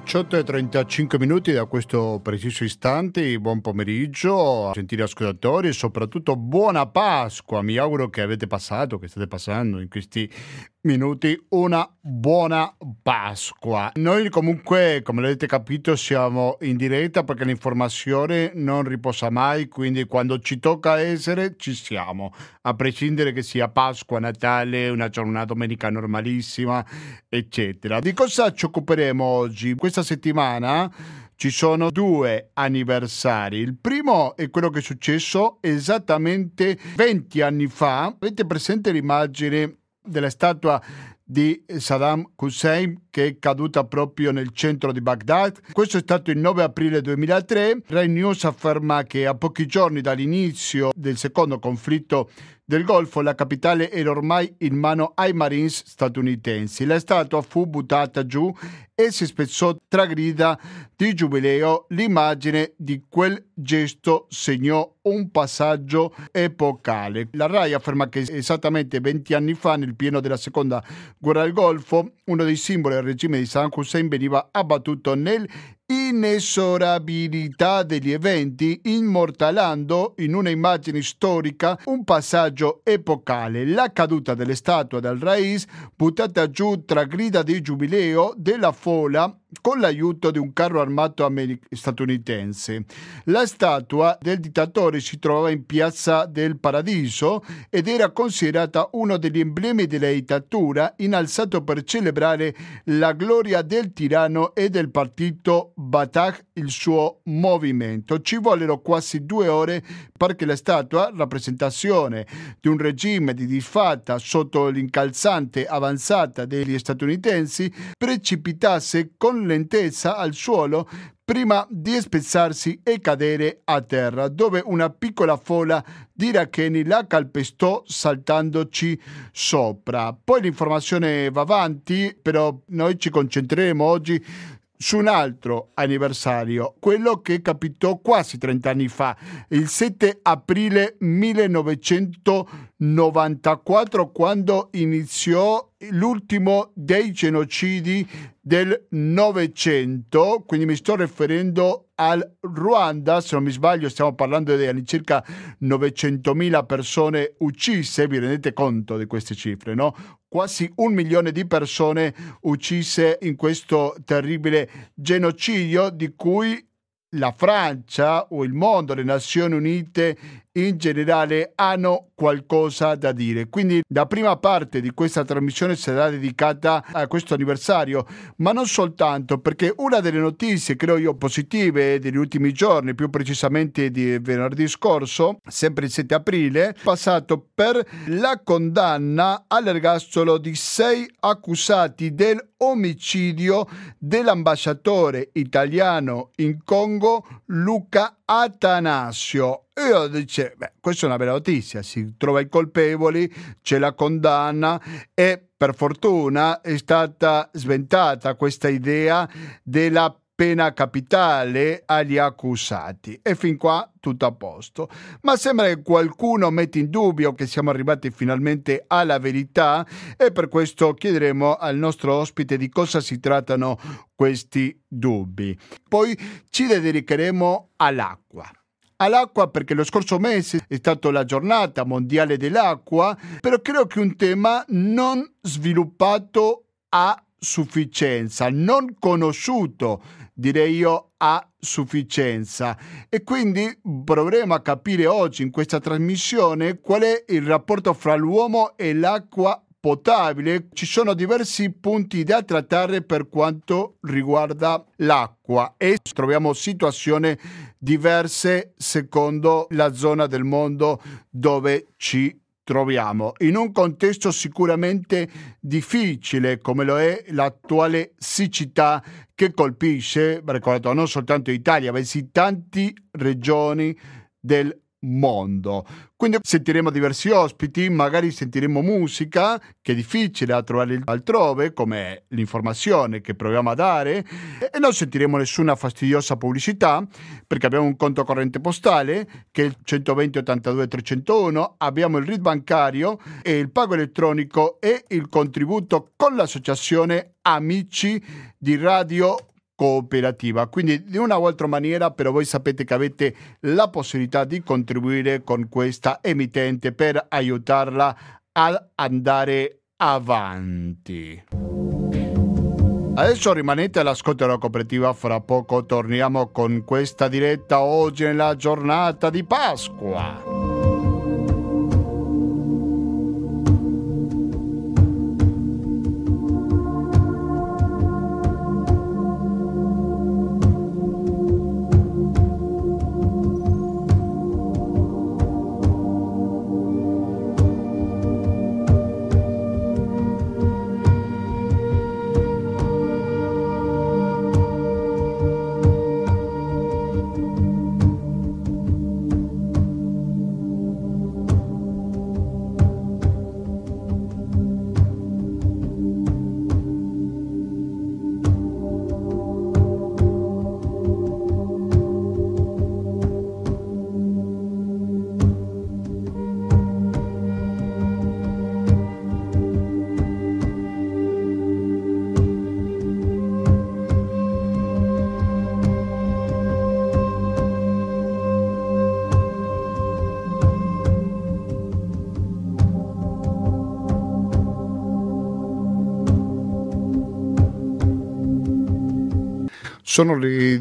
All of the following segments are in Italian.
18:35 da questo preciso istante. Buon pomeriggio, gentili ascoltatori, e soprattutto buona Pasqua. Mi auguro che state passando in questi minuti una buona Pasqua. Noi comunque, come avete capito, siamo in diretta perché l'informazione non riposa mai, quindi quando ci tocca essere ci siamo, a prescindere che sia Pasqua, Natale, una giornata domenica normalissima, eccetera. Di cosa ci occuperemo oggi? Questa settimana ci sono due anniversari. Il primo è quello che è successo esattamente 20 anni fa. Avete presente l'immagine della statua di Saddam Hussein che è caduta proprio nel centro di Baghdad? Questo è stato il 9 aprile 2003. Rai News afferma che a pochi giorni dall'inizio del secondo conflitto del Golfo la capitale era ormai in mano ai Marines statunitensi. La statua fu buttata giù e si spezzò tra grida di giubileo. L'immagine di quel gesto segnò un passaggio epocale. La Rai afferma che esattamente 20 anni fa, nel pieno della seconda guerra del Golfo, uno dei simboli del regime di Saddam Hussein veniva abbattuto nell'inesorabilità degli eventi, immortalando in una immagine storica un passaggio epocale: la caduta delle statue del Rais, buttata giù tra grida di giubileo della folla con l'aiuto di un carro armato statunitense. La statua del dittatore si trovava in Piazza del Paradiso ed era considerata uno degli emblemi della dittatura, innalzato per celebrare la gloria del tiranno e del partito Fatah, il suo movimento. Ci vollero quasi 2 ore perché la statua, rappresentazione di un regime di disfatta sotto l'incalzante avanzata degli statunitensi, precipitasse con lentezza al suolo prima di spezzarsi e cadere a terra, dove una piccola folla di iracheni la calpestò saltandoci sopra. Poi l'informazione va avanti, però noi ci concentreremo oggi su un altro anniversario, quello che capitò quasi 30 anni fa, il 7 aprile 1994, quando iniziò l'ultimo dei genocidi del Novecento. Quindi mi sto riferendo al Ruanda. Se non mi sbaglio stiamo parlando di all'incirca 900.000 persone uccise. Vi rendete conto di queste cifre, no? Quasi 1 milione di persone uccise in questo terribile genocidio, di cui la Francia o il mondo, le Nazioni Unite in generale, hanno qualcosa da dire. Quindi la prima parte di questa trasmissione sarà dedicata a questo anniversario, ma non soltanto, perché una delle notizie, credo io, positive degli ultimi giorni, più precisamente di venerdì scorso, sempre il 7 aprile, è passato per la condanna all'ergastolo di 6 accusati del omicidio dell'ambasciatore italiano in Congo, Luca Attanasio. Io dice, questa è una bella notizia, si trova i colpevoli, c'è la condanna e per fortuna è stata sventata questa idea della pena capitale agli accusati, e fin qua tutto a posto. Ma sembra che qualcuno mette in dubbio che siamo arrivati finalmente alla verità, e per questo chiederemo al nostro ospite di cosa si trattano questi dubbi. Poi ci dedicheremo all'acqua, perché lo scorso mese è stata la giornata mondiale dell'acqua, però credo che un tema non sviluppato a sufficienza, non conosciuto, direi io, a sufficienza, e quindi proveremo a capire oggi in questa trasmissione qual è il rapporto fra l'uomo e l'acqua potabile. Ci sono diversi punti da trattare per quanto riguarda l'acqua e troviamo situazioni diverse secondo la zona del mondo dove ci troviamo, in un contesto sicuramente difficile come lo è l'attuale siccità che colpisce, ricordato, non soltanto l'Italia, ma tante regioni del mondo. Quindi sentiremo diversi ospiti, magari sentiremo musica che è difficile da trovare altrove, come l'informazione che proviamo a dare, e non sentiremo nessuna fastidiosa pubblicità, perché abbiamo un conto corrente postale che è il 120 82 301, abbiamo il RID bancario e il pago elettronico e il contributo con l'associazione Amici di Radio Cooperativa. Quindi di una o altra maniera, però voi sapete che avete la possibilità di contribuire con questa emittente per aiutarla ad andare avanti. Adesso rimanete all'ascolto della cooperativa, fra poco torniamo con questa diretta oggi nella giornata di Pasqua. Sono le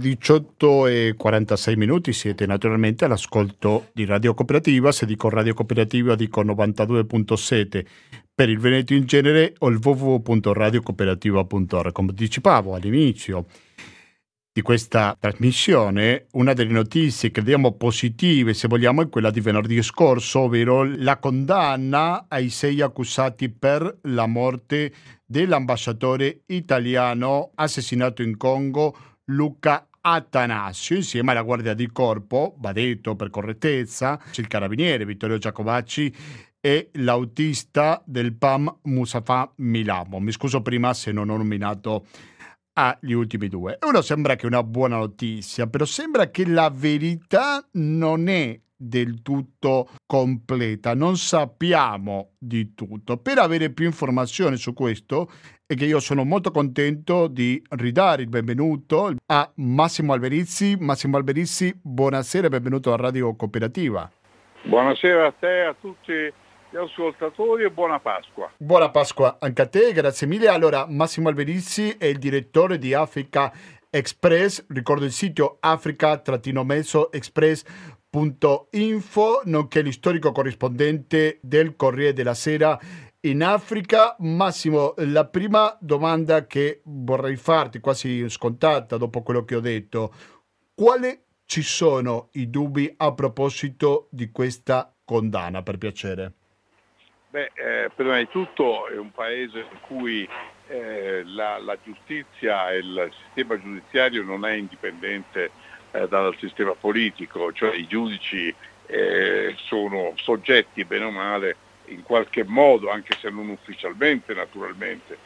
18:46, siete naturalmente all'ascolto di Radio Cooperativa. Se dico Radio Cooperativa dico 92.7 per il Veneto in genere o il www.radiocooperativa.org. Come anticipavo all'inizio di questa trasmissione, una delle notizie che diamo positive, se vogliamo, è quella di venerdì scorso, ovvero la condanna ai 6 accusati per la morte dell'ambasciatore italiano assassinato in Congo, Luca Attanasio, insieme alla guardia di corpo, va detto per correttezza, il carabiniere Vittorio Giacovacci e l'autista del PAM Mustafa Milamo. Mi scuso prima se non ho nominato agli ultimi due. Uno sembra che è una buona notizia, però sembra che la verità non è del tutto completa, non sappiamo di tutto. Per avere più informazioni su questo è che io sono molto contento di ridare il benvenuto a Massimo Alberizzi. Massimo Alberizzi, buonasera e benvenuto a Radio Cooperativa. Buonasera a te e a tutti gli ascoltatori e buona Pasqua. Buona Pasqua anche a te, grazie mille. Allora, Massimo Alberizzi è il direttore di Africa Express, ricordo il sito africa-express.info, nonché l'istorico corrispondente del Corriere della Sera in Africa. Massimo, la prima domanda che vorrei farti, quasi scontata dopo quello che ho detto, quali ci sono i dubbi a proposito di questa condanna, per piacere? Prima di tutto è un paese in cui la giustizia e il sistema giudiziario non è indipendente dal sistema politico, cioè i giudici sono soggetti bene o male in qualche modo, anche se non ufficialmente naturalmente,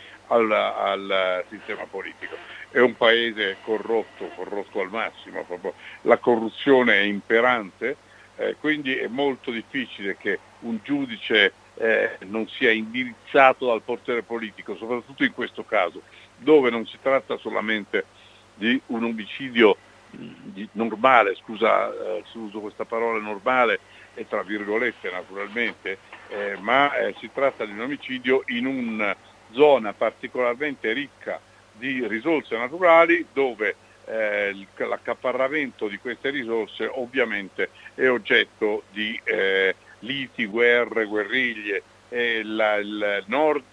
al sistema politico. È un paese corrotto al massimo, proprio la corruzione è imperante, quindi è molto difficile che un giudice non sia indirizzato dal potere politico, soprattutto in questo caso, dove non si tratta solamente di un omicidio normale, scusa se uso questa parola normale e tra virgolette naturalmente, ma si tratta di un omicidio in una zona particolarmente ricca di risorse naturali dove l'accaparramento di queste risorse ovviamente è oggetto di liti, guerre, guerriglie. Il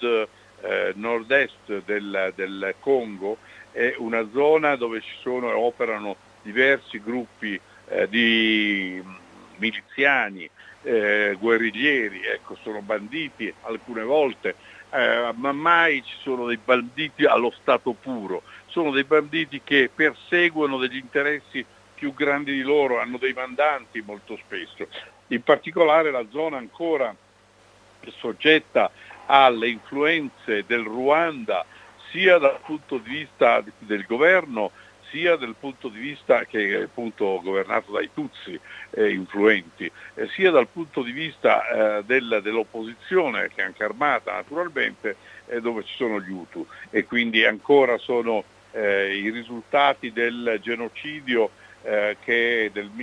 nord-est del Congo è una zona dove ci sono e operano diversi gruppi di miliziani, guerriglieri, ecco, sono banditi alcune volte, ma mai ci sono dei banditi allo stato puro, sono dei banditi che perseguono degli interessi più grandi di loro, hanno dei mandanti molto spesso. In particolare la zona ancora soggetta alle influenze del Ruanda, sia dal punto di vista del governo, sia dal punto di vista che è appunto governato dai Tutsi influenti, sia dal punto di vista dell'opposizione, che è anche armata naturalmente, dove ci sono gli Hutu, e quindi ancora sono i risultati del genocidio che è del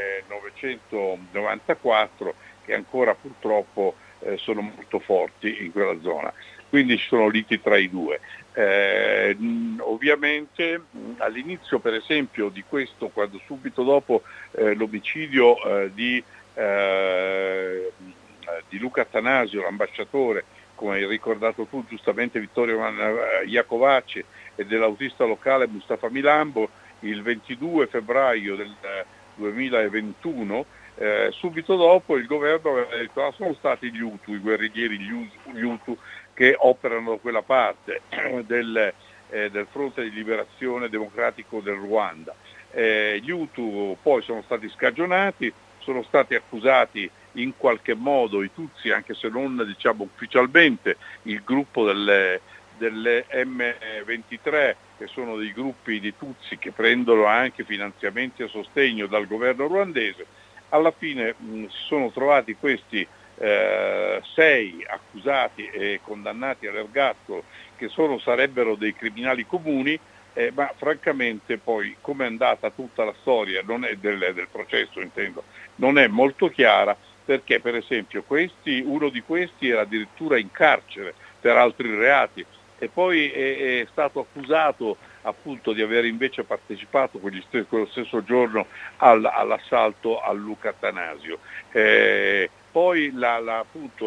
1994, che ancora purtroppo sono molto forti in quella zona. Quindi ci sono liti tra i due. Ovviamente all'inizio, per esempio, di questo, quando subito dopo l'omicidio di Luca Attanasio, l'ambasciatore, come hai ricordato tu giustamente, Vittorio Iacovacci, e dell'autista locale Mustafa Milambo, il 22 febbraio del 2021, subito dopo il governo aveva detto sono stati gli Hutu, i guerriglieri gli Hutu che operano da quella parte del fronte di liberazione democratico del Ruanda. Gli Hutu poi sono stati scagionati, sono stati accusati in qualche modo i Tutsi, anche se non diciamo ufficialmente, il gruppo delle M23, che sono dei gruppi di Tutsi che prendono anche finanziamenti a sostegno dal governo ruandese. Alla fine si sono trovati questi 6 accusati e condannati all'ergastolo, che sarebbero dei criminali comuni, ma francamente poi come è andata tutta la storia del processo, intendo, non è molto chiara, perché per esempio uno di questi era addirittura in carcere per altri reati e poi è stato accusato appunto di aver invece partecipato quello stesso giorno all'assalto a Luca Attanasio. Poi la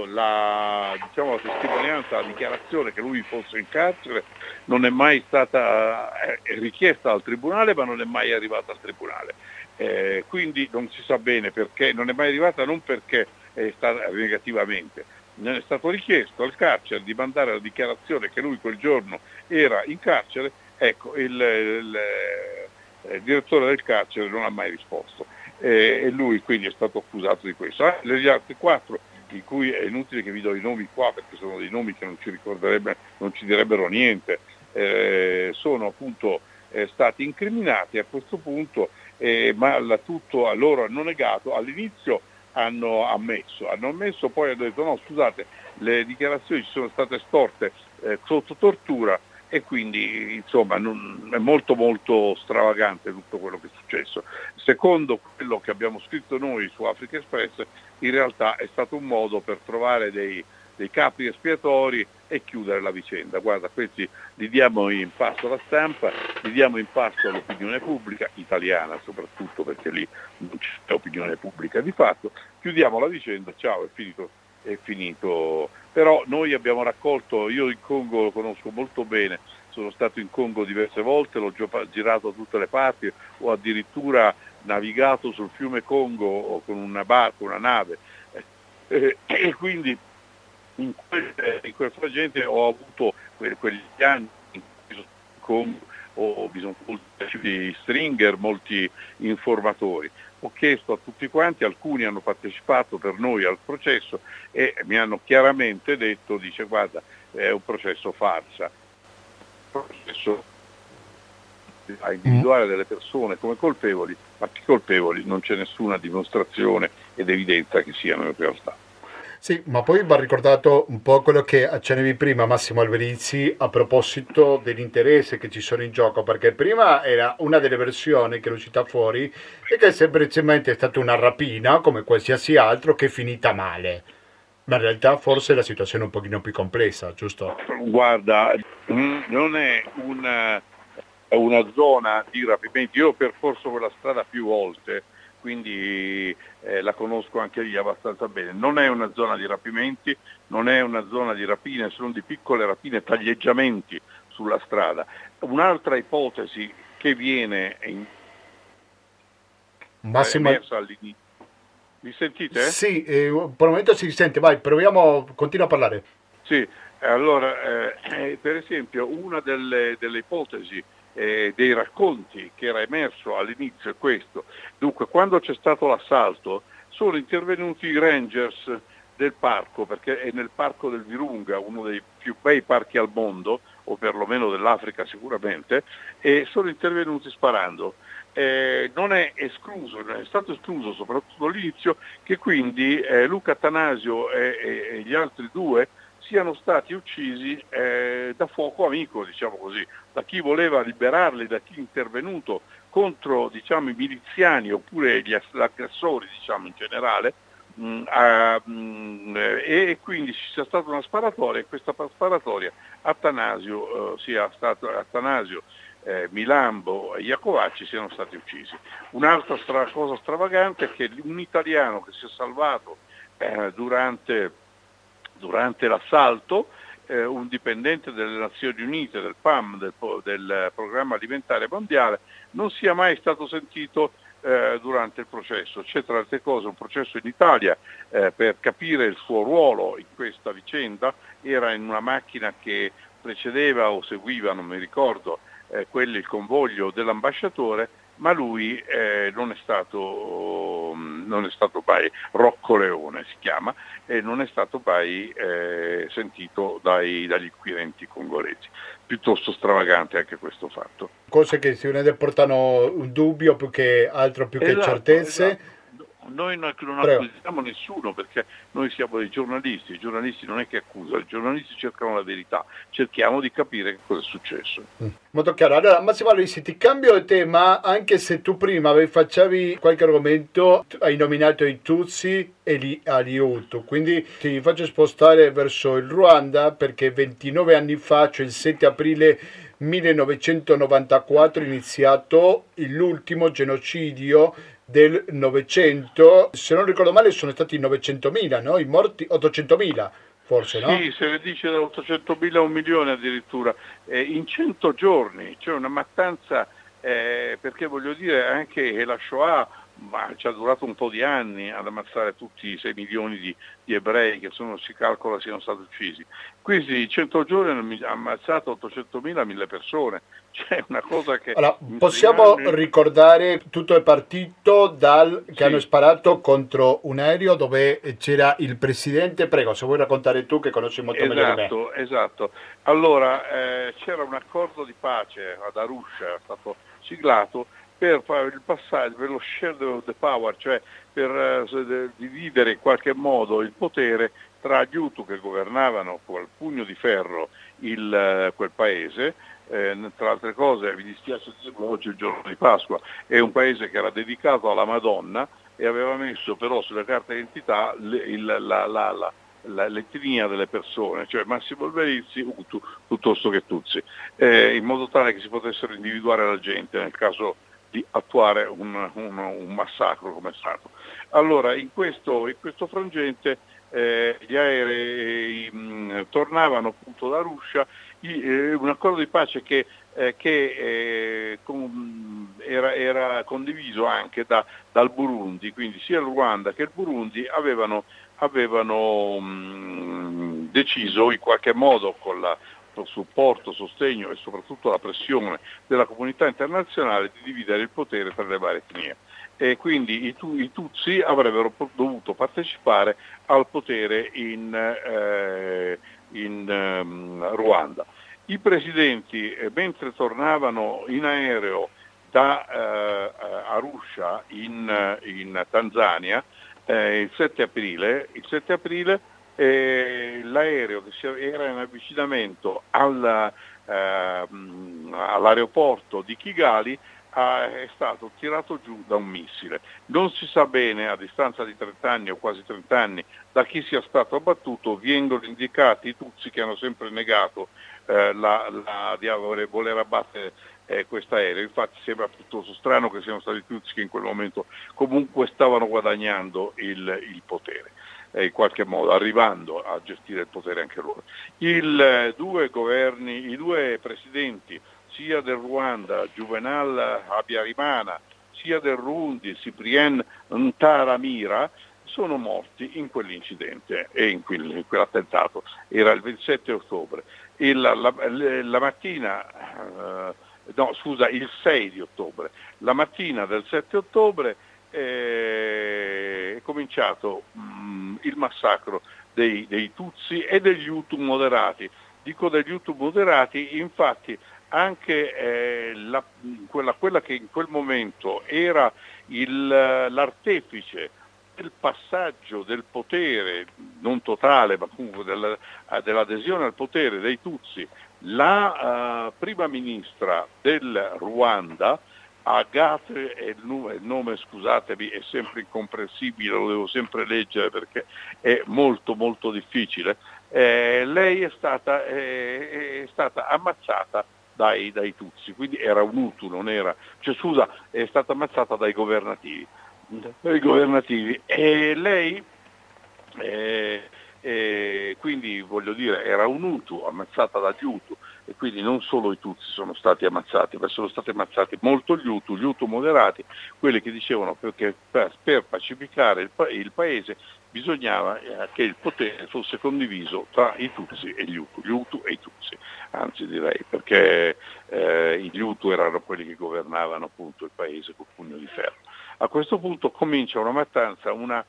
testimonianza, la dichiarazione che lui fosse in carcere non è mai stata richiesta al tribunale, ma non è mai arrivata al tribunale. Quindi non si sa bene perché, non è mai arrivata, non perché è stata negativamente, non è stato richiesto al carcere di mandare la dichiarazione che lui quel giorno era in carcere, ecco, il direttore del carcere non ha mai risposto e lui quindi è stato accusato di questo. Gli altri 4, di cui è inutile che vi do i nomi qua perché sono dei nomi che non ci direbbero niente, sono appunto stati incriminati a questo punto, ma tutto a loro hanno negato. All'inizio hanno ammesso, poi hanno detto no, scusate, le dichiarazioni ci sono state storte sotto tortura, e quindi insomma è molto molto stravagante tutto quello che è successo. Secondo quello che abbiamo scritto noi su Africa Express, in realtà è stato un modo per trovare dei capri espiatori e chiudere la vicenda. Guarda, questi li diamo in pasto alla stampa, li diamo in pasto all'opinione pubblica italiana soprattutto, perché lì non c'è opinione pubblica di fatto, chiudiamo la vicenda, ciao, è finito. Però noi abbiamo raccolto, io il Congo lo conosco molto bene, sono stato in Congo diverse volte, l'ho girato da tutte le parti, ho addirittura navigato sul fiume Congo con una barca, una nave, e quindi in quel frangente ho avuto quegli anni in cui ho bisogno di stringer, molti informatori. Ho chiesto a tutti quanti, alcuni hanno partecipato per noi al processo e mi hanno chiaramente detto, dice guarda, è un processo farsa, un processo a individuare delle persone come colpevoli, ma che colpevoli non c'è nessuna dimostrazione ed evidenza che siano in realtà. Sì, ma poi va ricordato un po' quello che accennavi prima, Massimo Alberizi, a proposito dell'interesse che ci sono in gioco, perché prima era una delle versioni che è uscita fuori e che semplicemente è stata una rapina, come qualsiasi altro, che è finita male. Ma in realtà forse la situazione è un pochino più complessa, giusto? Guarda, non è una zona di rapimenti, io ho percorso quella strada più volte, quindi la conosco anche lì abbastanza bene. Non è una zona di rapimenti, non è una zona di rapine, sono di piccole rapine, taglieggiamenti sulla strada. Un'altra ipotesi che viene emersa all'inizio. Mi sentite? Sì, per il momento si sente, vai, proviamo, continua a parlare. Sì, allora, per esempio, una delle ipotesi dei racconti che era emerso all'inizio è questo. Dunque, quando c'è stato l'assalto sono intervenuti i rangers del parco, perché è nel parco del Virunga, uno dei più bei parchi al mondo, o perlomeno dell'Africa sicuramente, e sono intervenuti sparando. Non è stato escluso soprattutto all'inizio che quindi Luca Attanasio e gli altri 2 siano stati uccisi da fuoco amico, diciamo così, da chi voleva liberarli, da chi è intervenuto contro, diciamo, i miliziani oppure gli aggressori, diciamo, in generale, e quindi ci sia stata una sparatoria, e questa sparatoria Attanasio, Milambo e Iacovacci siano stati uccisi. Un'altra cosa stravagante è che un italiano che si è salvato durante l'assalto, un dipendente delle Nazioni Unite, del PAM, del Programma Alimentare Mondiale, non sia mai stato sentito durante il processo. C'è tra altre cose un processo in Italia per capire il suo ruolo in questa vicenda, era in una macchina che precedeva o seguiva, non mi ricordo, il convoglio dell'ambasciatore, ma lui non è stato mai, Rocco Leone si chiama, e non è stato mai sentito dagli inquirenti congolesi. Piuttosto stravagante anche questo fatto. Cose che sicuramente portano un dubbio più che altro, più che certezze. Esatto. Noi non accusiamo nessuno, perché noi siamo dei giornalisti, i giornalisti non è che accusano, i giornalisti cercano la verità, cerchiamo di capire che cosa è successo. Molto chiaro. Allora, Massimo Aloisi, ti cambio tema, anche se tu prima facevi qualche argomento, hai nominato i Tutsi e gli Hutu, quindi ti faccio spostare verso il Ruanda, perché 29 anni fa, cioè il 7 aprile 1994, è iniziato l'ultimo genocidio del Novecento. Se non ricordo male sono stati 900.000, no? I morti 800.000 forse, no? Sì, se ne dice da 800.000 a 1 milione addirittura, in 100 giorni, cioè una mattanza, perché voglio dire anche la Shoah ci ha durato un po' di anni ad ammazzare tutti i 6 milioni di ebrei che si calcola siano stati uccisi. Quindi in 100 giorni hanno ammazzato 800.000, 1.000 persone. C'è una cosa che... Allora, possiamo ricordare tutto il partito che hanno sparato contro un aereo dove c'era il presidente. Prego, se vuoi raccontare tu che conosci molto meglio di me. Esatto. Allora, c'era un accordo di pace ad Arusha, è stato siglato, per fare il passaggio, per lo sharing of the power, cioè per dividere in qualche modo il potere tra gli Hutu che governavano col pugno di ferro quel paese. Tra altre cose, vi dispiace dirlo, oggi è il giorno di Pasqua, è un paese che era dedicato alla Madonna e aveva messo però sulle carte d'identità l'etnia delle persone, cioè Massimo Alberizi Hutu piuttosto che Tutsi, in modo tale che si potessero individuare la gente nel caso di attuare un massacro come è stato. Allora, in questo frangente gli aerei tornavano appunto da Arusha, un accordo di pace che era condiviso anche dal Burundi, quindi sia il Ruanda che il Burundi avevano deciso in qualche modo con supporto, sostegno e soprattutto la pressione della comunità internazionale di dividere il potere tra le varie etnie. E quindi i Tutsi avrebbero dovuto partecipare al potere in Ruanda. I presidenti, mentre tornavano in aereo da Arusha in Tanzania, il 7 aprile, l'aereo che era in avvicinamento all'aeroporto di Kigali è stato tirato giù da un missile. Non si sa bene, a distanza di 30 anni o quasi 30 anni, da chi sia stato abbattuto. Vengono indicati i Tutsi, che hanno sempre negato di voler abbattere questo aereo. Infatti sembra piuttosto strano che siano stati i Tutsi che in quel momento comunque stavano guadagnando il potere, in qualche modo arrivando a gestire il potere anche loro. I due presidenti, sia del Ruanda, Juvenal Habyarimana, sia del Burundi, Cyprien Ntaramira, sono morti in quell'incidente e in quell'attentato. Era il 27 ottobre. La mattina, il 6 di ottobre. La mattina del 7 ottobre è cominciato il massacro dei Tutsi e degli Hutu moderati. Dico degli Hutu moderati, infatti anche quella che in quel momento era l'artefice del passaggio del potere, non totale, ma comunque dell'adesione al potere dei Tutsi, la prima ministra del Ruanda, Agathe, è il nome, scusatemi, è sempre incomprensibile, lo devo sempre leggere perché è molto molto difficile, lei è stata ammazzata dai Tutsi, quindi era un Hutu, non era, cioè scusa, è stata ammazzata dai governativi. E lei quindi voglio dire era un Hutu ammazzata dagli Hutu, e quindi non solo i Tutsi sono stati ammazzati, ma sono stati ammazzati molto gli Hutu moderati, quelli che dicevano che per pacificare il paese bisognava che il potere fosse condiviso tra i Tutsi e gli Hutu e i Tutsi, anzi direi, perché gli Hutu erano quelli che governavano appunto il paese col pugno di ferro. A questo punto comincia una mattanza, una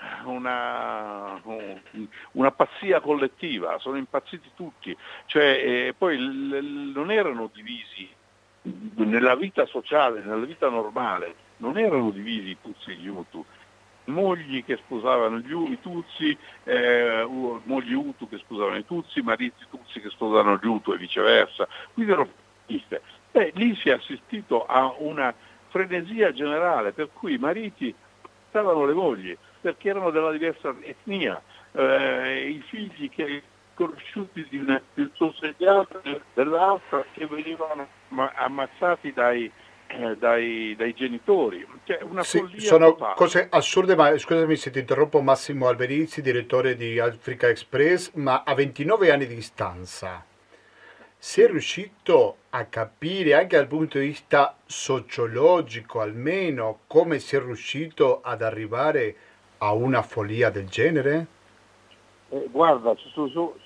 pazzia collettiva, sono impazziti tutti, cioè poi non erano divisi nella vita sociale, nella vita normale, non erano divisi i Tutsi e gli Hutu, mogli che sposavano i Tutsi, mogli Hutu che sposavano i Tutsi, mariti Tutsi che sposavano gli Hutu e viceversa, quindi erano fasciste. Lì si è assistito a una frenesia generale, per cui i mariti stavano le mogli, perché erano della diversa etnia, i figli che conosciuti del suo segliato dell'altra che venivano ammazzati dai genitori, cioè una follia sono totale. cose assurde, ma scusami se ti interrompo. Massimo Alberizi, direttore di Africa Express, ma a 29 anni di distanza sei riuscito a capire anche dal punto di vista sociologico almeno come si è riuscito ad arrivare a una follia del genere? Guarda, si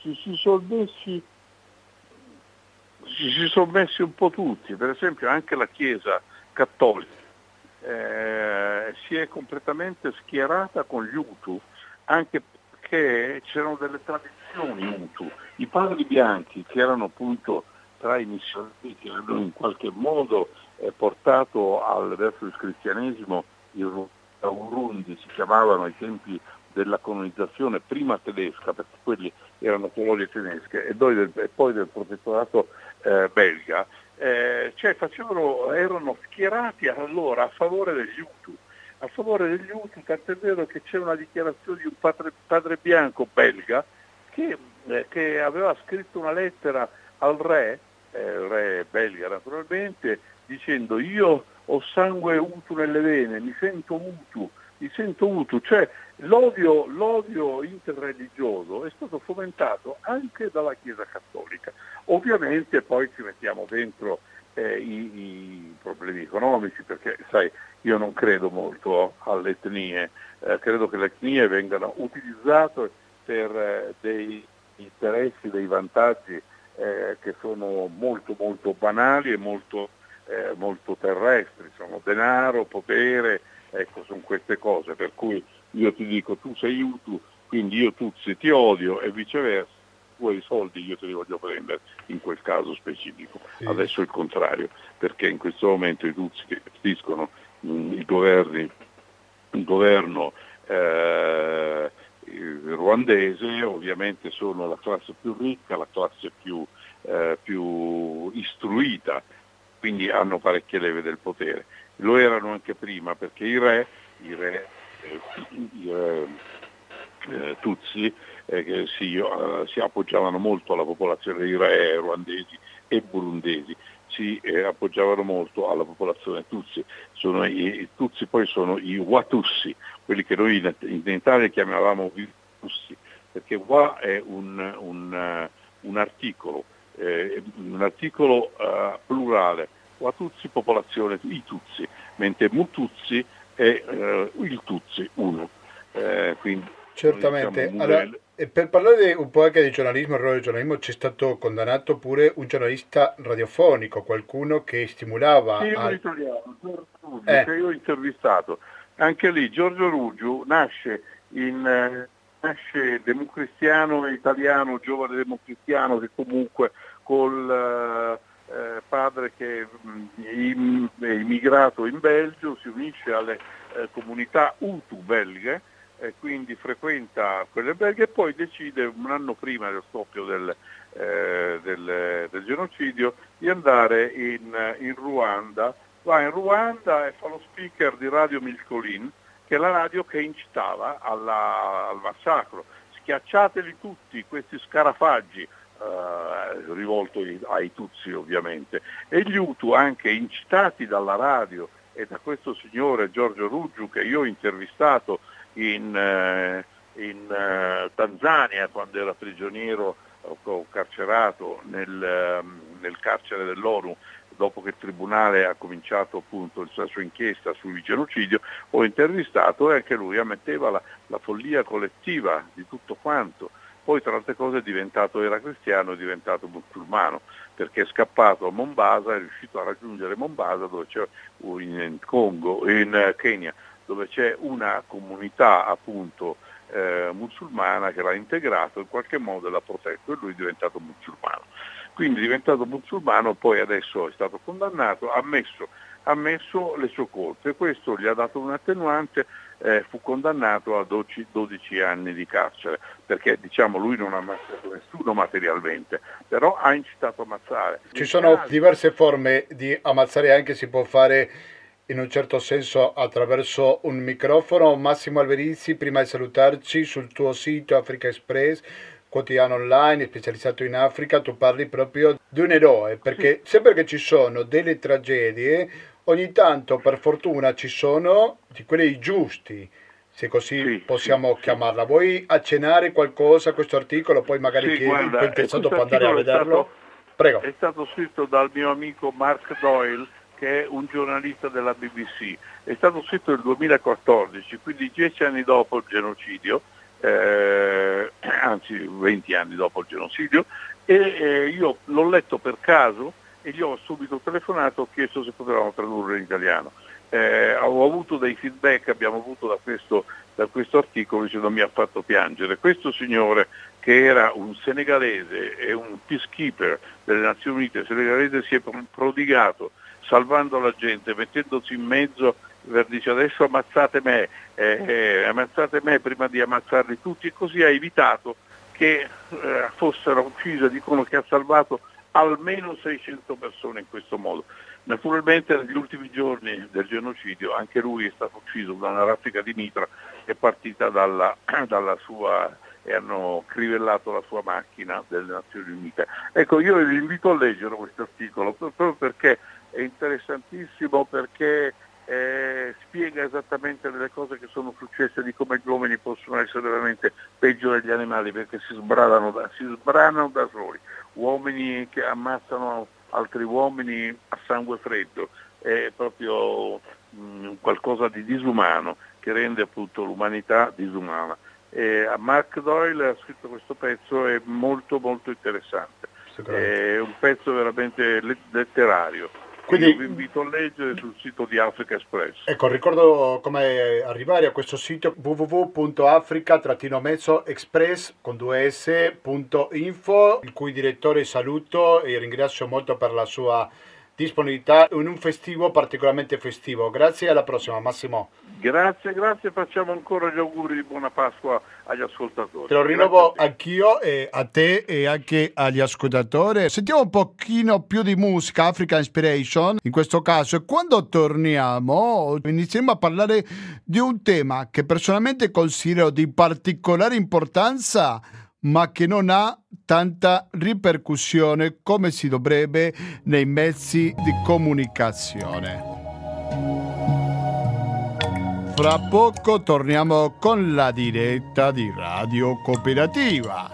sono messi un po' tutti, per esempio anche la Chiesa cattolica si è completamente schierata con gli Hutu, anche perché c'erano delle tradizioni Hutu. I padri bianchi, che erano appunto tra i missionari che hanno in qualche modo portato verso il cristianesimo il Urundi, si chiamavano ai tempi della colonizzazione prima tedesca, perché quelli erano colonie tedesche, e poi del protettorato belga, cioè erano schierati allora a favore degli Hutu, tant'è vero che c'è una dichiarazione di un padre bianco belga che aveva scritto una lettera al re, il re belga naturalmente, dicendo: io ho sangue Hutu nelle vene, mi sento Hutu, cioè l'odio interreligioso è stato fomentato anche dalla Chiesa cattolica. Ovviamente poi ci mettiamo dentro i problemi economici, perché sai, io non credo molto alle etnie, credo che le etnie vengano utilizzate per dei interessi, dei vantaggi che sono molto molto banali e molto terrestri, sono denaro, potere, ecco, sono queste cose, per cui io ti dico tu sei Hutu, quindi io Tutsi ti odio e viceversa, tu hai i soldi, io te li voglio prendere, in quel caso specifico. Sì. Adesso è il contrario, perché in questo momento i Tutsi che gestiscono il governo ruandese ovviamente sono la classe più ricca, la classe più istruita, quindi hanno parecchie leve del potere. Lo erano anche prima, perché i re Tutsi si appoggiavano molto alla popolazione, i re ruandesi e burundesi si appoggiavano molto alla popolazione Tutsi. I Tutsi poi sono i Watussi, quelli che noi in Italia chiamavamo Tutsi, perché Wa è un articolo plurale, Watutsi popolazione, i Tutsi, mentre Mututsi è il Tutsi uno. Quindi, certamente. Diciamo, allora, per parlare un po' anche di giornalismo, il ruolo del giornalismo, c'è stato condannato pure un giornalista radiofonico, qualcuno che stimolava... Sì, un italiano, Giorgio Ruggiu, che io ho intervistato. Anche lì Giorgio Ruggiu nasce democristiano italiano, giovane democristiano, che comunque col padre che è immigrato in Belgio si unisce alle comunità Hutu belghe, quindi frequenta quegli alberghi e poi decide un anno prima dello scoppio del genocidio di andare in Ruanda. Va in Ruanda e fa lo speaker di Radio Milcolin, che è la radio che incitava al massacro. Schiacciateli tutti questi scarafaggi, rivolto ai Tutsi ovviamente, e gli Hutu, anche incitati dalla radio e da questo signore Giorgio Ruggiu, che io ho intervistato in Tanzania quando era prigioniero o carcerato nel carcere dell'ONU, dopo che il tribunale ha cominciato appunto la sua inchiesta sul genocidio. Ho intervistato e anche lui ammetteva la follia collettiva di tutto quanto. Poi tra altre cose era cristiano, è diventato musulmano, perché è scappato a Mombasa, è riuscito a raggiungere Mombasa, dove c'è in Kenya, dove c'è una comunità appunto musulmana che l'ha integrato, in qualche modo l'ha protetto e lui è diventato musulmano. Quindi è diventato musulmano, poi adesso è stato condannato, ha ammesso le sue colpe, questo gli ha dato un attenuante, fu condannato a 12 anni di carcere, perché diciamo lui non ha ammazzato nessuno materialmente, però ha incitato a ammazzare. Ci sono diverse forme di ammazzare, anche si può fare in un certo senso attraverso un microfono. Massimo Alberizi, prima di salutarci, sul tuo sito Africa Express, quotidiano online specializzato in Africa, tu parli proprio di un eroe, perché sempre che ci sono delle tragedie, ogni tanto per fortuna ci sono di quelli giusti, se così possiamo chiamarla. Vuoi accennare qualcosa a questo articolo? Poi magari chi è interessato può andare a vederlo. Prego. È stato scritto dal mio amico Mark Doyle, che è un giornalista della BBC. È stato scritto nel 2014, quindi 10 anni dopo il genocidio, anzi 20 anni dopo il genocidio, e io l'ho letto per caso e gli ho subito telefonato, ho chiesto se potevamo tradurre in italiano. Ho avuto dei feedback, abbiamo avuto da questo articolo, dicendo mi ha fatto piangere. Questo signore, che era un senegalese e un peacekeeper delle Nazioni Unite, il senegalese si è prodigato salvando la gente, mettendosi in mezzo, dice adesso ammazzate me prima di ammazzarli tutti, e così ha evitato che fossero uccise. Dicono che ha salvato almeno 600 persone in questo modo. Naturalmente negli ultimi giorni del genocidio anche lui è stato ucciso da una raffica di mitra, è partita dalla sua, e hanno crivellato la sua macchina delle Nazioni Unite. Ecco, io vi invito a leggere questo articolo proprio perché è interessantissimo, perché spiega esattamente delle cose che sono successe, di come gli uomini possono essere veramente peggio degli animali, perché si sbranano da soli, uomini che ammazzano altri uomini a sangue freddo, è proprio qualcosa di disumano che rende appunto l'umanità disumana. Mark Doyle ha scritto questo pezzo, è molto molto interessante, è un pezzo veramente letterario. Quindi vi invito a leggere sul sito di Africa Express. Ecco, ricordo come arrivare a questo sito: www.africa-express con 2s.info, il cui direttore saluto e ringrazio molto per la sua disponibilità in un festivo particolarmente festivo. Grazie e alla prossima, Massimo. Grazie, facciamo ancora gli auguri di buona Pasqua agli ascoltatori. Te lo rinnovo anch'io, e a te e anche agli ascoltatori. Sentiamo un pochino più di musica, African Inspiration in questo caso, e quando torniamo inizieremo a parlare di un tema che personalmente considero di particolare importanza, ma che non ha tanta ripercussione come si dovrebbe nei mezzi di comunicazione. Fra poco torniamo con la diretta di Radio Cooperativa.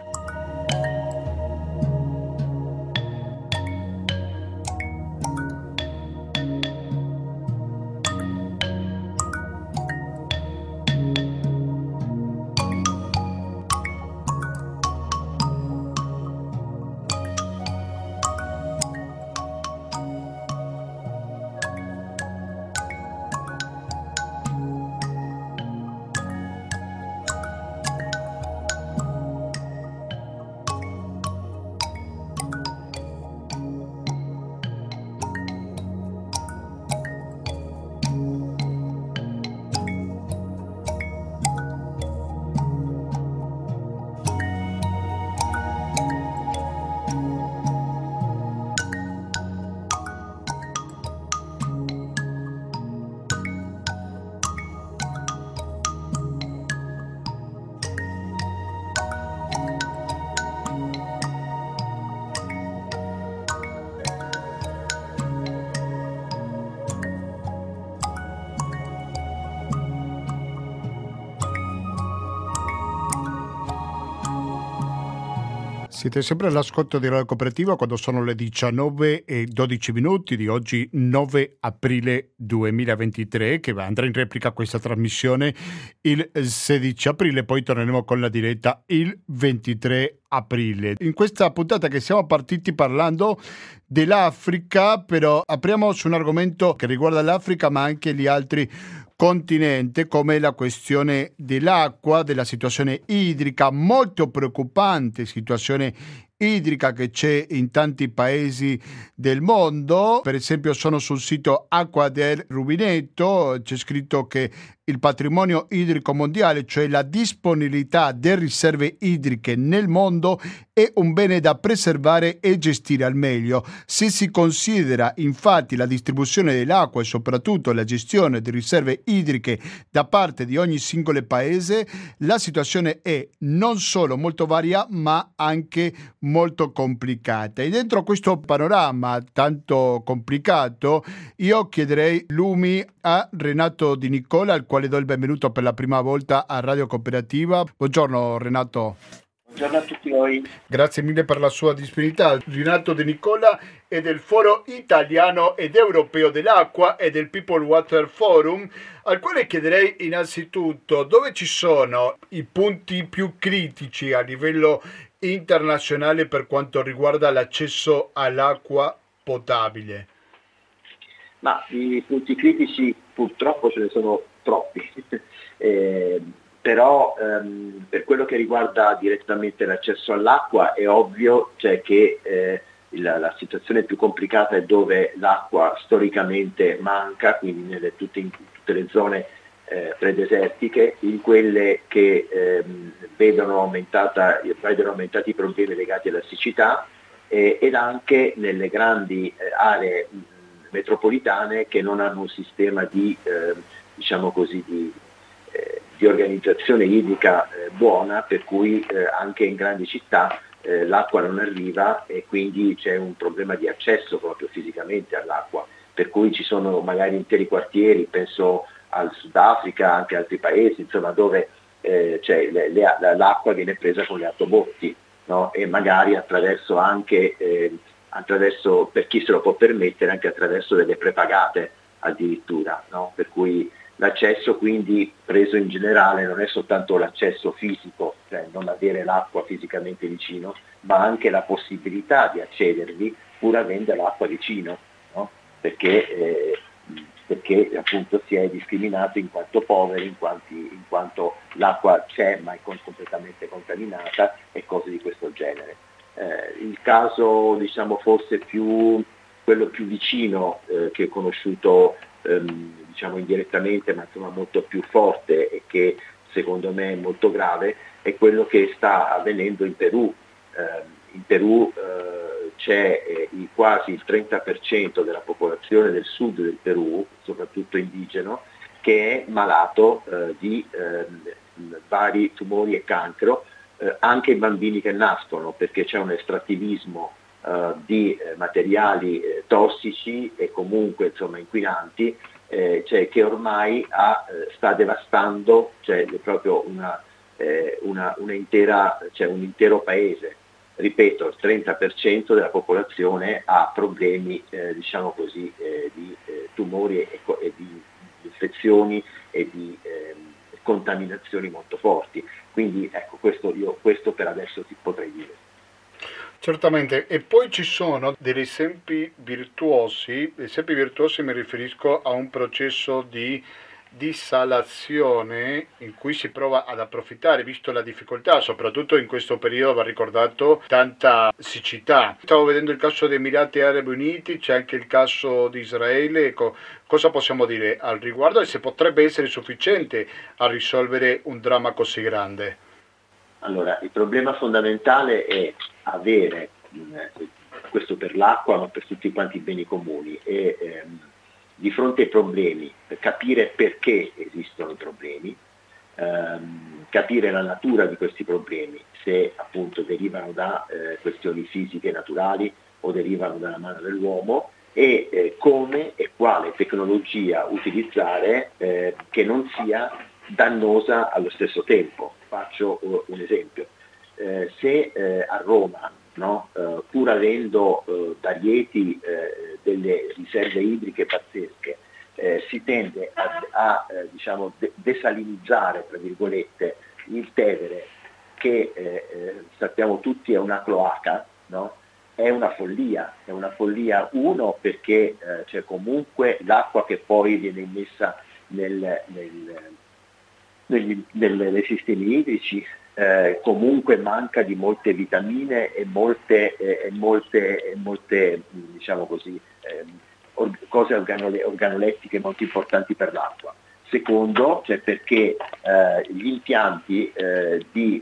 Siete sempre all'ascolto di Radio Cooperativa quando sono le 19:12 di oggi 9 aprile 2023, che andrà in replica questa trasmissione il 16 aprile, poi torneremo con la diretta il 23 aprile. In questa puntata che siamo partiti parlando dell'Africa, però apriamo su un argomento che riguarda l'Africa ma anche gli altri continente, come la questione dell'acqua, della situazione idrica, molto preoccupante situazione idrica che c'è in tanti paesi del mondo. Per esempio sono sul sito Acqua del Rubinetto, c'è scritto che il patrimonio idrico mondiale, cioè la disponibilità delle riserve idriche nel mondo, è un bene da preservare e gestire al meglio. Se si considera infatti la distribuzione dell'acqua e soprattutto la gestione di riserve idriche da parte di ogni singolo paese, la situazione è non solo molto varia ma anche molto complicata. E dentro questo panorama tanto complicato io chiederei lumi a Renato Di Nicola, al quale do il benvenuto per la prima volta a Radio Cooperativa. Buongiorno Renato. Buongiorno a tutti voi. Grazie mille per la sua disponibilità. Renato Di Nicola è del Foro Italiano ed Europeo dell'Acqua e del People Water Forum, al quale chiederei innanzitutto dove ci sono i punti più critici a livello internazionale per quanto riguarda l'accesso all'acqua potabile. Ma i punti critici purtroppo ce ne sono troppi, però per quello che riguarda direttamente l'accesso all'acqua è ovvio, cioè che la situazione più complicata è dove l'acqua storicamente manca, quindi in tutte le zone predesertiche, in quelle che vedono aumentati i problemi legati alla siccità ed anche nelle grandi aree metropolitane che non hanno un sistema di organizzazione idrica buona, per cui anche in grandi città l'acqua non arriva e quindi c'è un problema di accesso proprio fisicamente all'acqua, per cui ci sono magari interi quartieri, penso al Sudafrica, anche altri paesi, insomma, dove l'acqua viene presa con le autobotti, no? E magari attraverso, per chi se lo può permettere, anche attraverso delle prepagate addirittura, no? Per cui l'accesso quindi preso in generale non è soltanto l'accesso fisico, cioè non avere l'acqua fisicamente vicino, ma anche la possibilità di accedervi pur avendo l'acqua vicino, no? Perché appunto si è discriminato in quanto poveri, in quanto l'acqua c'è ma è completamente contaminata e cose di questo genere. Il caso forse quello più vicino che ho conosciuto indirettamente, ma insomma molto più forte e che secondo me è molto grave, è quello che sta avvenendo in Perù. In Perù c'è quasi il 30% della popolazione del sud del Perù, soprattutto indigeno, che è malato di vari tumori e cancro, anche i bambini che nascono, perché c'è un estrattivismo di materiali tossici e comunque inquinanti, che ormai sta devastando proprio un intero paese. Ripeto, il 30% della popolazione ha problemi di tumori e di infezioni e di contaminazioni molto forti. Quindi ecco, questo per adesso ti potrei dire. Certamente, e poi ci sono degli esempi virtuosi mi riferisco a un processo di dissalazione in cui si prova ad approfittare, visto la difficoltà, soprattutto in questo periodo va ricordato tanta siccità. Stavo vedendo il caso degli Emirati Arabi Uniti, c'è anche il caso di Israele. Ecco, cosa possiamo dire al riguardo e se potrebbe essere sufficiente a risolvere un dramma così grande? Allora, il problema fondamentale è avere, questo per l'acqua ma per tutti quanti i beni comuni, e di fronte ai problemi capire perché esistono i problemi, capire la natura di questi problemi, se appunto derivano da questioni fisiche naturali o derivano dalla mano dell'uomo, e come e quale tecnologia utilizzare che non sia dannosa allo stesso tempo. Faccio un esempio. se a Roma, no, pur avendo da Rieti delle riserve idriche pazzesche, si tende a diciamo desalinizzare, tra virgolette, il Tevere, che sappiamo tutti è una cloaca, no? È una follia, uno perché c'è comunque l'acqua che poi viene immessa nei sistemi idrici, comunque manca di molte vitamine e molte diciamo così, cose organolettiche molto importanti per l'acqua. Secondo, cioè perché gli impianti di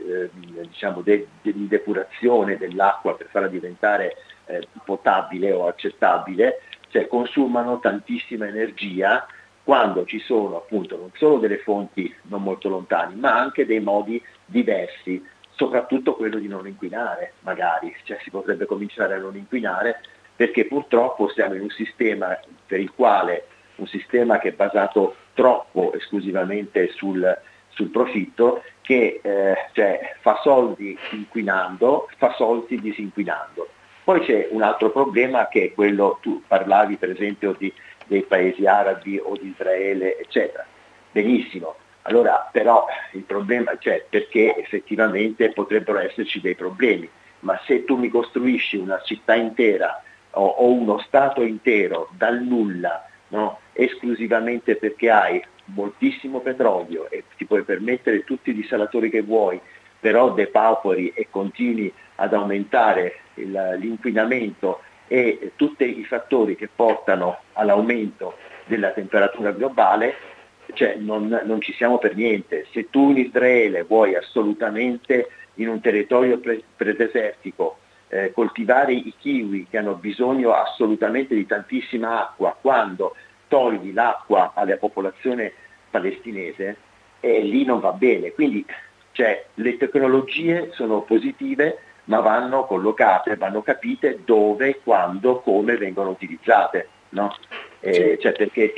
depurazione dell'acqua per farla diventare potabile o accettabile, cioè consumano tantissima energia, quando ci sono appunto non solo delle fonti non molto lontane, ma anche dei modi diversi, soprattutto quello di non inquinare magari, cioè si potrebbe cominciare a non inquinare, perché purtroppo siamo in un sistema per il quale, un sistema che è basato troppo esclusivamente sul profitto, che cioè, fa soldi inquinando, fa soldi disinquinando. Poi c'è un altro problema che è quello, tu parlavi per esempio dei paesi arabi o di Israele, eccetera. Benissimo, allora però il problema c'è perché effettivamente potrebbero esserci dei problemi, ma se tu mi costruisci una città intera o uno stato intero dal nulla, no? Esclusivamente perché hai moltissimo petrolio e ti puoi permettere tutti i dissalatori che vuoi, però depauperi e continui ad aumentare l'inquinamento e tutti i fattori che portano all'aumento della temperatura globale, cioè non ci siamo per niente. Se tu in Israele vuoi assolutamente in un territorio predesertico coltivare i kiwi che hanno bisogno assolutamente di tantissima acqua, quando togli l'acqua alla popolazione palestinese, lì non va bene. Quindi cioè, le tecnologie sono positive, ma vanno collocate, vanno capite dove, quando, come vengono utilizzate, no? Cioè, perché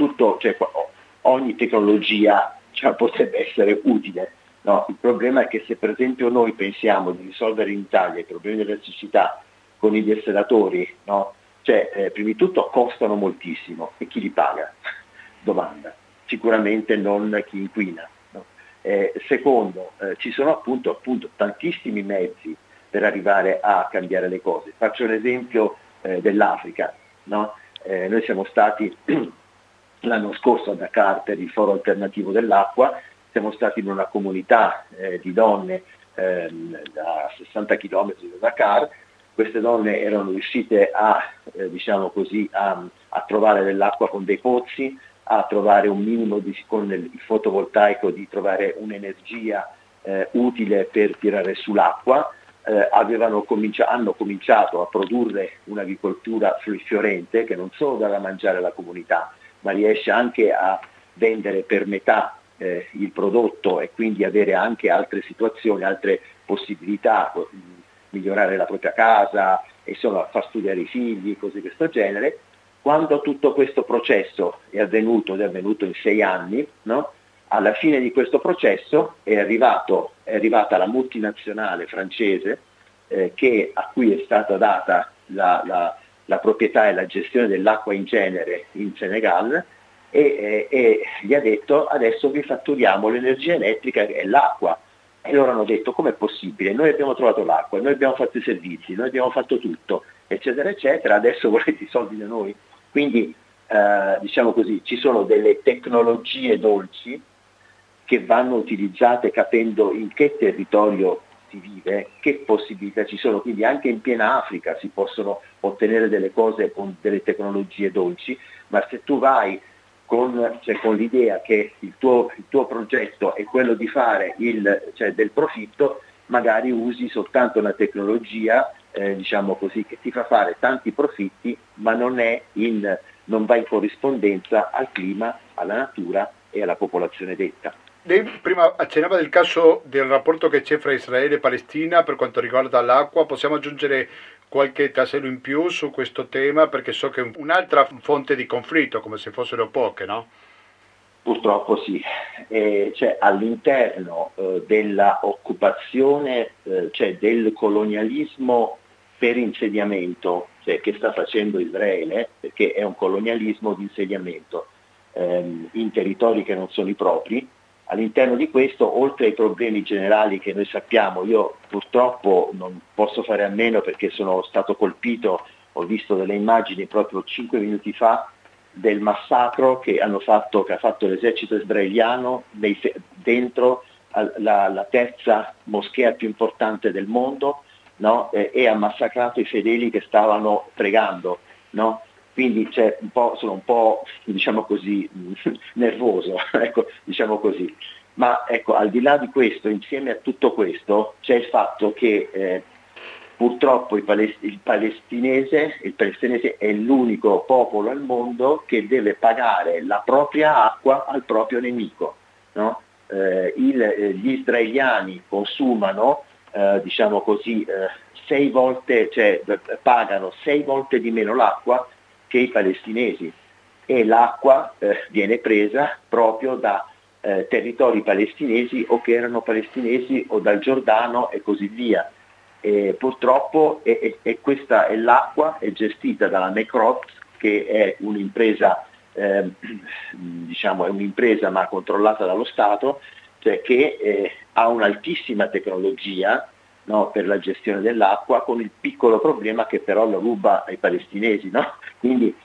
ogni tecnologia potrebbe essere utile. No? Il problema è che se per esempio noi pensiamo di risolvere in Italia i problemi dell'elettricità con i dissalatori, no? Cioè, prima di tutto costano moltissimo e chi li paga? Domanda. Sicuramente non chi inquina. No? Secondo, ci sono appunto tantissimi mezzi per arrivare a cambiare le cose. Faccio l'esempio dell'Africa. No? Noi siamo stati l'anno scorso a Dakar per il Foro Alternativo dell'Acqua, siamo stati in una comunità di donne a 60 km da Dakar. Queste donne erano riuscite a trovare dell'acqua con dei pozzi, a trovare un minimo con il fotovoltaico, di trovare un'energia utile per tirare sull'acqua. Hanno cominciato a produrre un'agricoltura fiorente che non solo dà da mangiare alla comunità, ma riesce anche a vendere per metà il prodotto e quindi avere anche altre situazioni, altre possibilità, migliorare la propria casa, insomma far studiare i figli, cose di questo genere. Quando tutto questo processo è avvenuto in 6 anni, no? Alla fine di questo processo è arrivata la multinazionale francese a cui è stata data la proprietà e la gestione dell'acqua in genere in Senegal e gli ha detto: adesso vi fatturiamo l'energia elettrica e l'acqua. E loro hanno detto: com'è possibile? Noi abbiamo trovato l'acqua, noi abbiamo fatto i servizi, noi abbiamo fatto tutto, eccetera, eccetera, adesso volete i soldi da noi? Quindi, diciamo così, ci sono delle tecnologie dolci che vanno utilizzate capendo in che territorio si vive, che possibilità ci sono. Quindi anche in piena Africa si possono ottenere delle cose con delle tecnologie dolci, ma se tu vai con l'idea che il tuo progetto è quello di fare del profitto, magari usi soltanto una tecnologia diciamo così, che ti fa fare tanti profitti, ma non va in corrispondenza al clima, alla natura e alla popolazione detta. Lei prima accennava del caso del rapporto che c'è fra Israele e Palestina per quanto riguarda l'acqua. Possiamo aggiungere qualche tassello in più su questo tema, perché so che è un'altra fonte di conflitto, come se fossero poche, no? Purtroppo sì. Cioè, all'interno della occupazione, cioè del colonialismo per insediamento, cioè, che sta facendo Israele, perché è un colonialismo di insediamento in territori che non sono i propri. All'interno di questo, oltre ai problemi generali che noi sappiamo, io purtroppo non posso fare a meno perché sono stato colpito, ho visto delle immagini proprio 5 minuti fa del massacro che ha fatto l'esercito israeliano dentro la terza moschea più importante del mondo, no? E ha massacrato i fedeli che stavano pregando, no? Quindi sono un po', diciamo così, nervoso, ecco, diciamo così. Ma ecco, al di là di questo, insieme a tutto questo, c'è il fatto che purtroppo il palestinese è l'unico popolo al mondo che deve pagare la propria acqua al proprio nemico, no? Gli israeliani consumano, diciamo così, 6 volte, cioè pagano 6 volte di meno l'acqua che i palestinesi, e l'acqua viene presa proprio da territori palestinesi o che erano palestinesi o dal Giordano e così via. Purtroppo questa è l'acqua è gestita dalla Mecrot, che è un'impresa, diciamo è un'impresa ma controllata dallo Stato, cioè che ha un'altissima tecnologia, no, per la gestione dell'acqua, con il piccolo problema che però lo ruba ai palestinesi, no? Quindi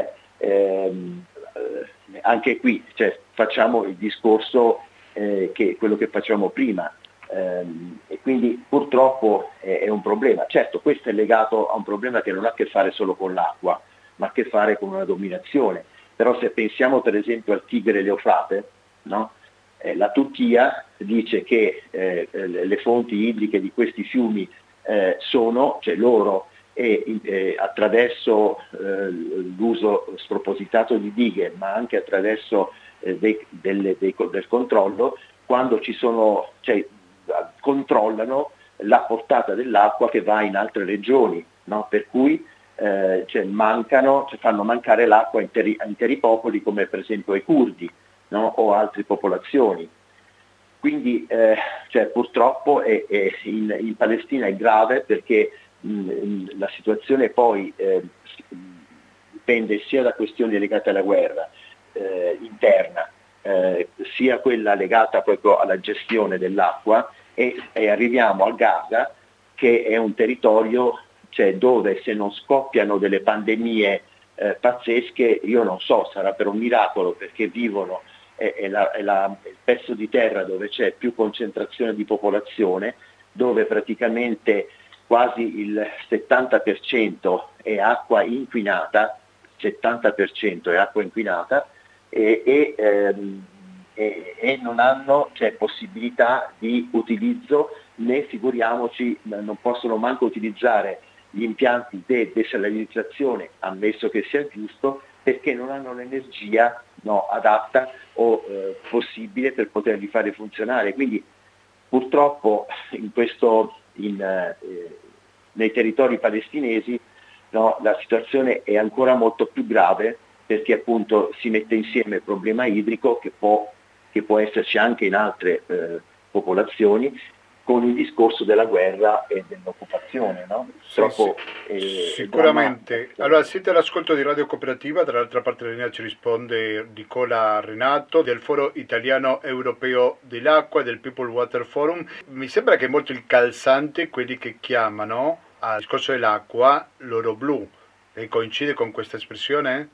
anche qui facciamo il discorso che quello che facciamo prima. E quindi purtroppo è un problema. Certo, questo è legato a un problema che non ha a che fare solo con l'acqua, ma ha a che fare con una dominazione. Però se pensiamo per esempio al Tigre e l'Eufrate, no? La Turchia dice che le fonti idriche di questi fiumi sono, cioè loro, attraverso l'uso spropositato di dighe, ma anche attraverso del controllo, quando ci sono, controllano la portata dell'acqua che va in altre regioni, no? Per cui fanno mancare l'acqua a interi popoli, come per esempio ai curdi, no? O altre popolazioni. Quindi purtroppo in Palestina è grave, perché la situazione poi dipende sia da questioni legate alla guerra interna, sia quella legata proprio alla gestione dell'acqua, e arriviamo a Gaza, che è un territorio dove se non scoppiano delle pandemie pazzesche, io non so, sarà per un miracolo, perché vivono, è il pezzo di terra dove c'è più concentrazione di popolazione, dove praticamente quasi il 70% è acqua inquinata, 70% è acqua inquinata, e non hanno possibilità di utilizzo, né figuriamoci, non possono manco utilizzare gli impianti di desalinizzazione, ammesso che sia giusto, perché non hanno l'energia adatta o possibile per poterli fare funzionare. Quindi purtroppo nei territori palestinesi la situazione è ancora molto più grave, perché appunto si mette insieme il problema idrico, che può esserci anche in altre popolazioni, con il discorso della guerra e dell'occupazione, no? Sicuramente. Allora, siete all'ascolto di Radio Cooperativa, dall'altra parte della linea ci risponde Nicola Renato del Foro Italiano Europeo dell'Acqua e del People Water Forum. Mi sembra che è molto calzante quelli che chiamano al discorso dell'acqua l'oro blu, e coincide con questa espressione?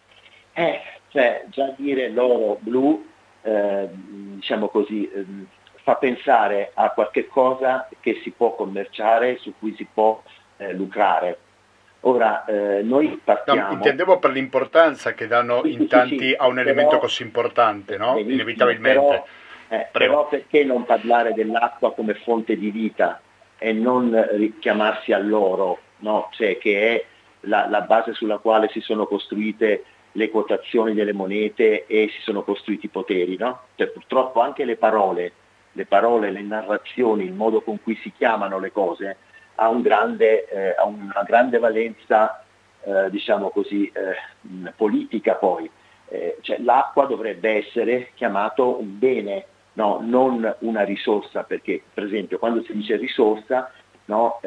Già dire l'oro blu, diciamo così, fa pensare a qualche cosa che si può commerciare, su cui si può lucrare. Ora, noi partiamo... No, intendevo per l'importanza che danno tanti a un elemento così importante, no? Inevitabilmente. Però perché non parlare dell'acqua come fonte di vita e non richiamarsi all'oro, no? Che è la base sulla quale si sono costruite le quotazioni delle monete e si sono costruiti i poteri, no? Purtroppo anche le parole, le narrazioni, il modo con cui si chiamano le cose ha una grande valenza, diciamo così, politica poi. cioè l'acqua dovrebbe essere chiamato un bene, no? Non una risorsa, perché per esempio quando si dice risorsa, no?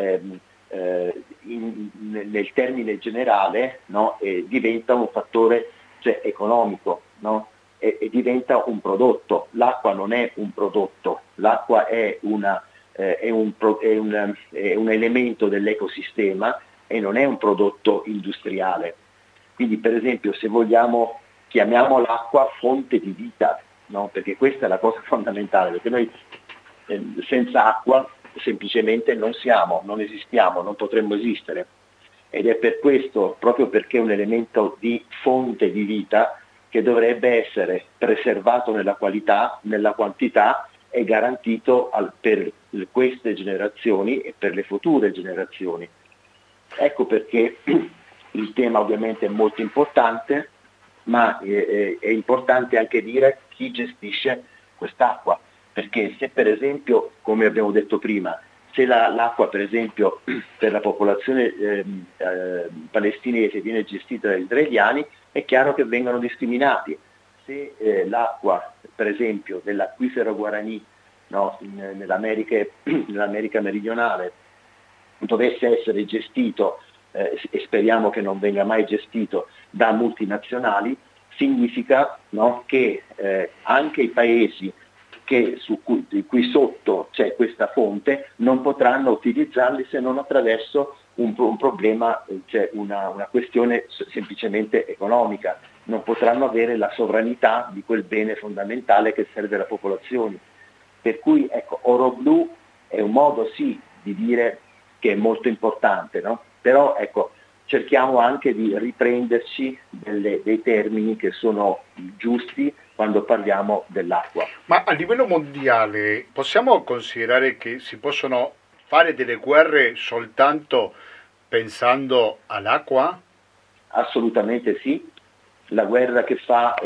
Nel termine generale, no? Diventa un fattore, cioè, economico, no? E diventa un prodotto. L'acqua non è un prodotto, l'acqua è un elemento dell'ecosistema e non è un prodotto industriale. Quindi per esempio, se vogliamo, chiamiamo l'acqua fonte di vita, no? Perché questa è la cosa fondamentale, perché noi senza acqua semplicemente non siamo, non esistiamo, non potremmo esistere. Ed è per questo, proprio perché è un elemento di fonte di vita, che dovrebbe essere preservato nella qualità, nella quantità e garantito per queste generazioni e per le future generazioni. Ecco perché il tema ovviamente è molto importante, ma è importante anche dire chi gestisce quest'acqua, perché se per esempio, come abbiamo detto prima, se l'acqua per esempio per la popolazione palestinese viene gestita dagli israeliani, è chiaro che vengono discriminati. Se l'acqua per esempio dell'acquifero Guarani, no, nell'America meridionale dovesse essere gestito, e speriamo che non venga mai gestito da multinazionali, significa, no, che anche i paesi di cui sotto c'è questa fonte non potranno utilizzarli se non attraverso un problema, cioè una questione semplicemente economica. Non potranno avere la sovranità di quel bene fondamentale che serve alla popolazione. Per cui ecco, oro blu è un modo sì di dire che è molto importante, no? Però ecco, cerchiamo anche di riprenderci dei termini che sono giusti quando parliamo dell'acqua. Ma a livello mondiale possiamo considerare che si possono fare delle guerre soltanto pensando all'acqua? Assolutamente sì. La guerra che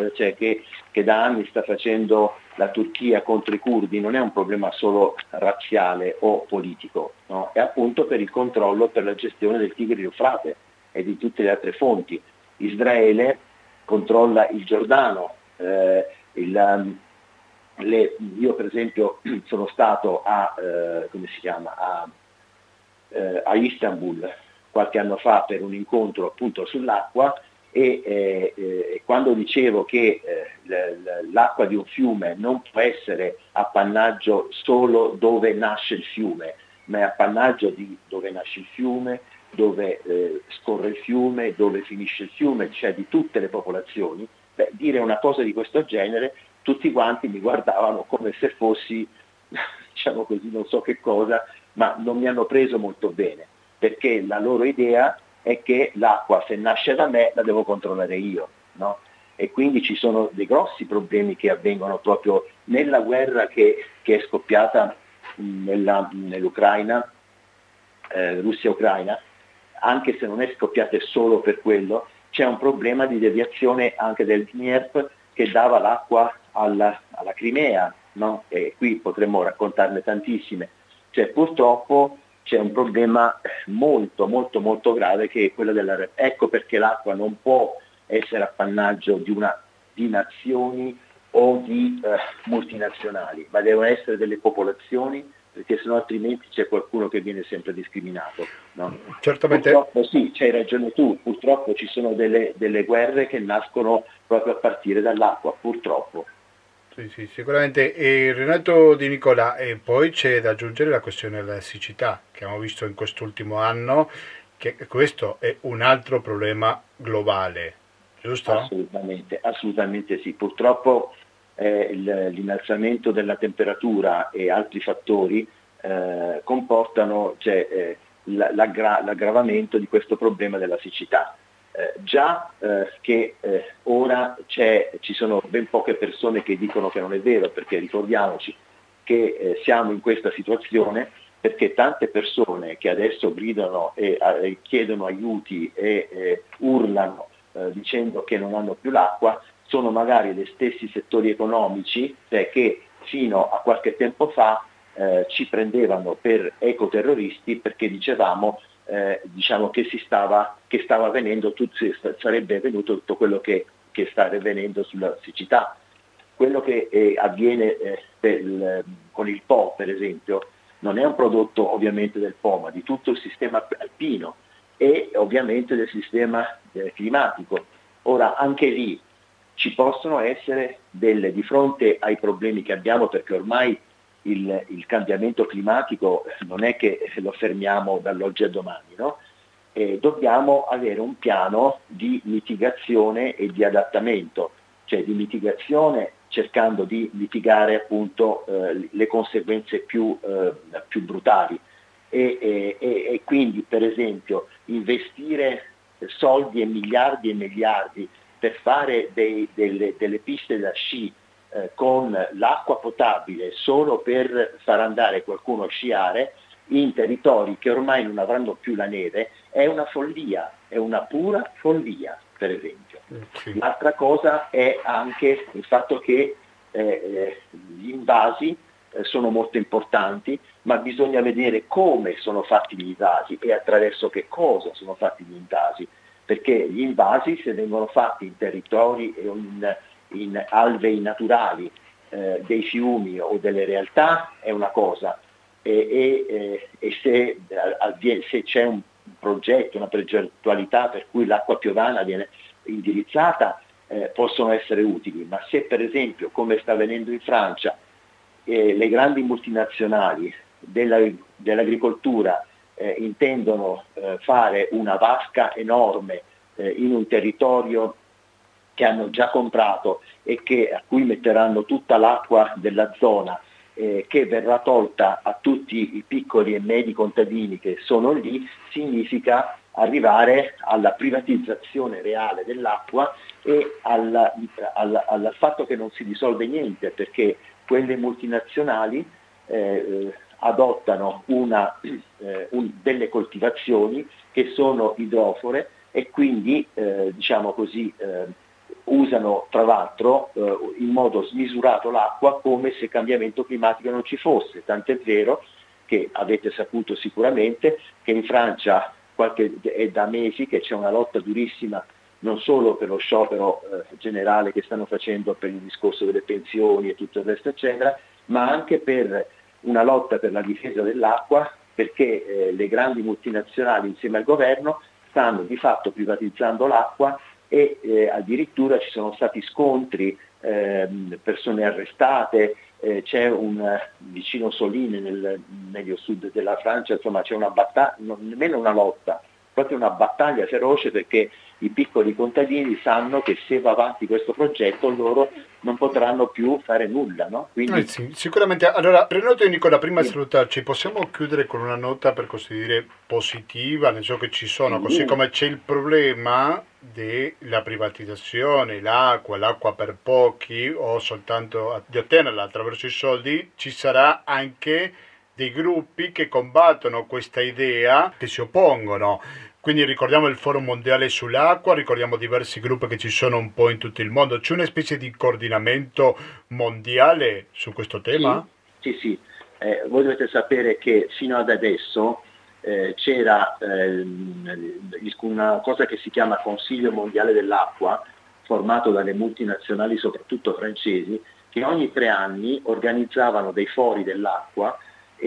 da anni sta facendo la Turchia contro i curdi non è un problema solo razziale o politico, no? È appunto per il controllo, per la gestione del Tigri Eufrate e di tutte le altre fonti. Israele controlla il Giordano, io per esempio sono stato a Istanbul qualche anno fa per un incontro appunto sull'acqua e quando dicevo che l'acqua di un fiume non può essere appannaggio solo dove nasce il fiume, ma è appannaggio di dove nasce il fiume, dove scorre il fiume, dove finisce il fiume, cioè di tutte le popolazioni. Dire una cosa di questo genere, tutti quanti mi guardavano come se fossi, diciamo così, non so che cosa, ma non mi hanno preso molto bene, perché la loro idea è che l'acqua, se nasce da me, la devo controllare io, no? E quindi ci sono dei grossi problemi che avvengono proprio nella guerra che è scoppiata nell'Ucraina, Russia-Ucraina, anche se non è scoppiata solo per quello, c'è un problema di deviazione anche del Dnieper che dava l'acqua alla Crimea, no? E qui potremmo raccontarne tantissime. Cioè, purtroppo c'è un problema molto molto molto grave che è quello ecco perché l'acqua non può essere appannaggio di nazioni o di multinazionali, ma devono essere delle popolazioni, perché sennò altrimenti c'è qualcuno che viene sempre discriminato, no? Certamente. Purtroppo sì, c'hai ragione tu, purtroppo ci sono delle guerre che nascono proprio a partire dall'acqua, purtroppo. Sì, sicuramente. Renato Di Nicola, e poi c'è da aggiungere la questione della siccità, che abbiamo visto in quest'ultimo anno, che questo è un altro problema globale, giusto? Assolutamente sì. Purtroppo l'innalzamento della temperatura e altri fattori comportano l'aggravamento di questo problema della siccità. Che ora ci sono ben poche persone che dicono che non è vero, perché ricordiamoci che siamo in questa situazione perché tante persone che adesso gridano e chiedono aiuti e urlano dicendo che non hanno più l'acqua, sono magari gli stessi settori economici che fino a qualche tempo fa ci prendevano per ecoterroristi perché diciamo che stava avvenendo, sarebbe avvenuto tutto quello che che sta avvenendo sulla siccità. Quello che avviene con il Po, per esempio, non è un prodotto ovviamente del Po, ma di tutto il sistema alpino e ovviamente del sistema climatico. Ora, anche lì ci possono essere di fronte ai problemi che abbiamo, perché ormai il cambiamento climatico non è che lo fermiamo dall'oggi al domani, no? Dobbiamo avere un piano di mitigazione e di adattamento, cioè di mitigazione cercando di mitigare appunto le conseguenze più brutali e quindi per esempio investire soldi e miliardi per fare delle piste da sci con l'acqua potabile solo per far andare qualcuno a sciare in territori che ormai non avranno più la neve è una follia, è una pura follia, per esempio. Sì. L'altra cosa è anche il fatto che gli invasi sono molto importanti, ma bisogna vedere come sono fatti gli invasi e attraverso che cosa sono fatti gli invasi, perché gli invasi, se vengono fatti in territori e in alvei naturali dei fiumi o delle realtà è una cosa, e se c'è un progetto, una progettualità per cui l'acqua piovana viene indirizzata, possono essere utili, ma se per esempio, come sta avvenendo in Francia, le grandi multinazionali dell'agricoltura intendono fare una vasca enorme in un territorio che hanno già comprato e a cui metteranno tutta l'acqua della zona, che verrà tolta a tutti i piccoli e medi contadini che sono lì, significa arrivare alla privatizzazione reale dell'acqua e al fatto che non si dissolve niente, perché quelle multinazionali adottano delle coltivazioni che sono idrofore e quindi diciamo così usano tra l'altro in modo smisurato l'acqua come se cambiamento climatico non ci fosse, tant'è vero che avete saputo sicuramente che in Francia è da mesi che c'è una lotta durissima non solo per lo sciopero generale che stanno facendo per il discorso delle pensioni e tutto il resto eccetera, ma anche per una lotta per la difesa dell'acqua, perché le grandi multinazionali insieme al governo stanno di fatto privatizzando l'acqua e addirittura ci sono stati scontri, persone arrestate, c'è un vicino Soline nel medio sud della Francia, insomma c'è una battaglia, nemmeno una lotta, proprio una battaglia feroce, perché i piccoli contadini sanno che se va avanti questo progetto loro non potranno più fare nulla, no? Quindi... sì, sicuramente. Allora, Renato e Nicola, prima di salutarci, possiamo chiudere con una nota, per così dire, positiva, nel senso che ci sono, così come c'è il problema della privatizzazione, l'acqua per pochi o soltanto di ottenerla attraverso i soldi, ci sarà anche dei gruppi che combattono questa idea, che si oppongono. Quindi ricordiamo il Forum Mondiale sull'Acqua, ricordiamo diversi gruppi che ci sono un po' in tutto il mondo. C'è una specie di coordinamento mondiale su questo tema? Sì. Voi dovete sapere che fino ad adesso c'era una cosa che si chiama Consiglio Mondiale dell'Acqua, formato dalle multinazionali, soprattutto francesi, che ogni 3 anni organizzavano dei fori dell'acqua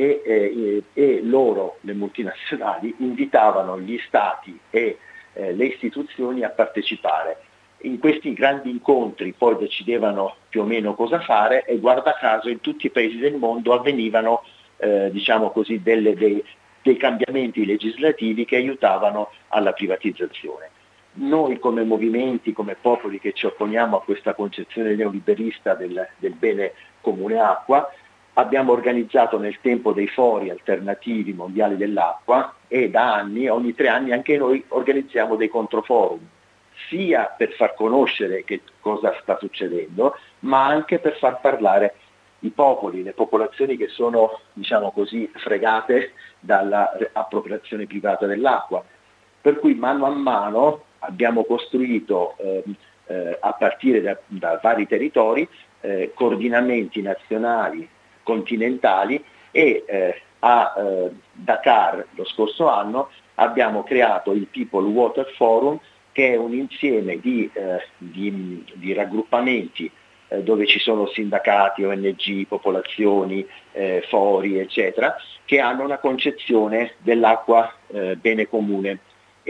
e loro, le multinazionali, invitavano gli stati e le istituzioni a partecipare. In questi grandi incontri poi decidevano più o meno cosa fare e guarda caso in tutti i paesi del mondo avvenivano diciamo così dei cambiamenti legislativi che aiutavano alla privatizzazione. Noi come movimenti, come popoli che ci opponiamo a questa concezione neoliberista del bene comune acqua, abbiamo organizzato nel tempo dei fori alternativi mondiali dell'acqua e da anni, ogni 3 anni, anche noi organizziamo dei controforum, sia per far conoscere che cosa sta succedendo, ma anche per far parlare i popoli, le popolazioni che sono, diciamo così, fregate dall'appropriazione privata dell'acqua. Per cui mano a mano abbiamo costruito, a partire da vari territori, coordinamenti nazionali, continentali e a Dakar lo scorso anno abbiamo creato il People Water Forum, che è un insieme di raggruppamenti dove ci sono sindacati, ONG, popolazioni, fori, eccetera, che hanno una concezione dell'acqua bene comune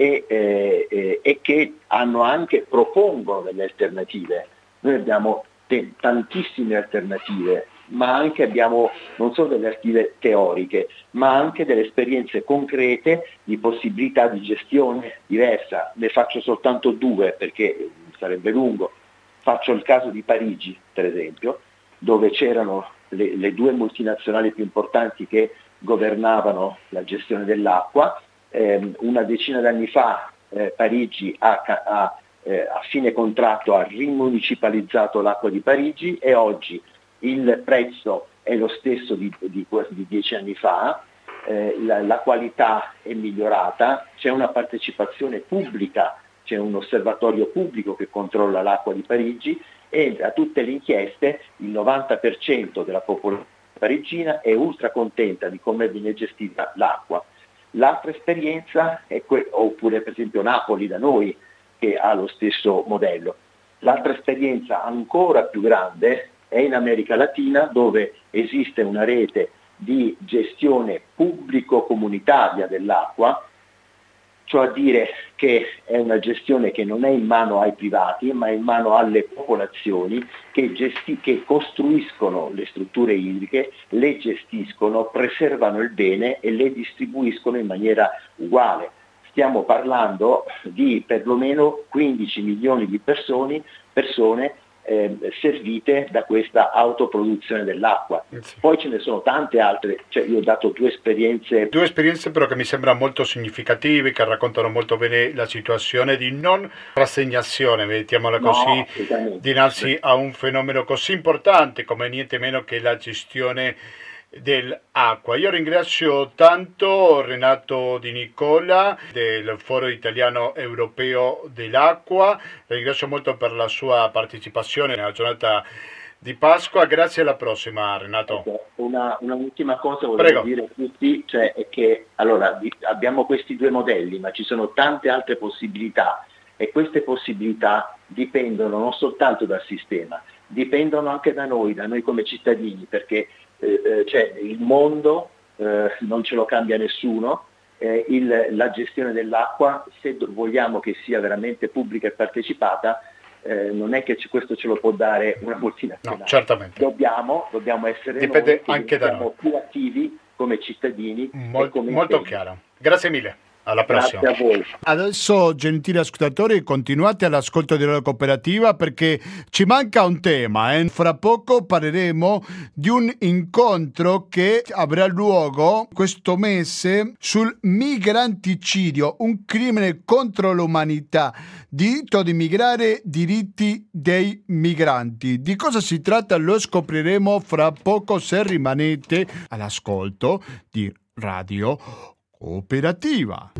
e che propongono delle alternative. Noi abbiamo tantissime alternative, ma anche abbiamo non solo delle alternative teoriche, ma anche delle esperienze concrete di possibilità di gestione diversa. Ne faccio soltanto due perché sarebbe lungo. Faccio il caso di Parigi, per esempio, dove c'erano le due multinazionali più importanti che governavano la gestione dell'acqua. Una decina d'anni fa Parigi a fine contratto ha rimunicipalizzato l'acqua di Parigi e oggi il prezzo è lo stesso di 10 anni fa, la qualità è migliorata, c'è una partecipazione pubblica, c'è un osservatorio pubblico che controlla l'acqua di Parigi e da tutte le inchieste il 90% della popolazione parigina è ultra contenta di come viene gestita l'acqua. L'altra esperienza è oppure per esempio Napoli da noi che ha lo stesso modello. L'altra esperienza ancora più grande è in America Latina, dove esiste una rete di gestione pubblico-comunitaria dell'acqua, cioè a dire che è una gestione che non è in mano ai privati, ma è in mano alle popolazioni che costruiscono le strutture idriche, le gestiscono, preservano il bene e le distribuiscono in maniera uguale. Stiamo parlando di perlomeno 15 milioni di persone servite da questa autoproduzione dell'acqua. Sì. Poi ce ne sono tante altre, cioè io ho dato due esperienze però che mi sembrano molto significative, che raccontano molto bene la situazione di non rassegnazione, mettiamola così, dinanzi a un fenomeno così importante come niente meno che la gestione dell'acqua. Io ringrazio tanto Renato Di Nicola del Foro Italiano Europeo dell'Acqua, ringrazio molto per la sua partecipazione nella giornata di Pasqua. Grazie, alla prossima Renato. Una ultima cosa volevo dire a tutti, cioè è che allora abbiamo questi due modelli, ma ci sono tante altre possibilità e queste possibilità dipendono non soltanto dal sistema, dipendono anche da noi come cittadini, perché il mondo non ce lo cambia nessuno, la gestione dell'acqua, se vogliamo che sia veramente pubblica e partecipata, non è che questo ce lo può dare una multinazionale. No, certamente. Dobbiamo essere Dipende noi anche da noi. più attivi come cittadini. Molto chiaro. Grazie mille. Alla prossima. Grazie a voi. Adesso, gentili ascoltatori, continuate all'ascolto di Radio Cooperativa perché ci manca un tema. Fra poco parleremo di un incontro che avrà luogo questo mese sul migranticidio, un crimine contro l'umanità, diritto di migrare, diritti dei migranti. Di cosa si tratta lo scopriremo fra poco se rimanete all'ascolto di Radio Cooperativa.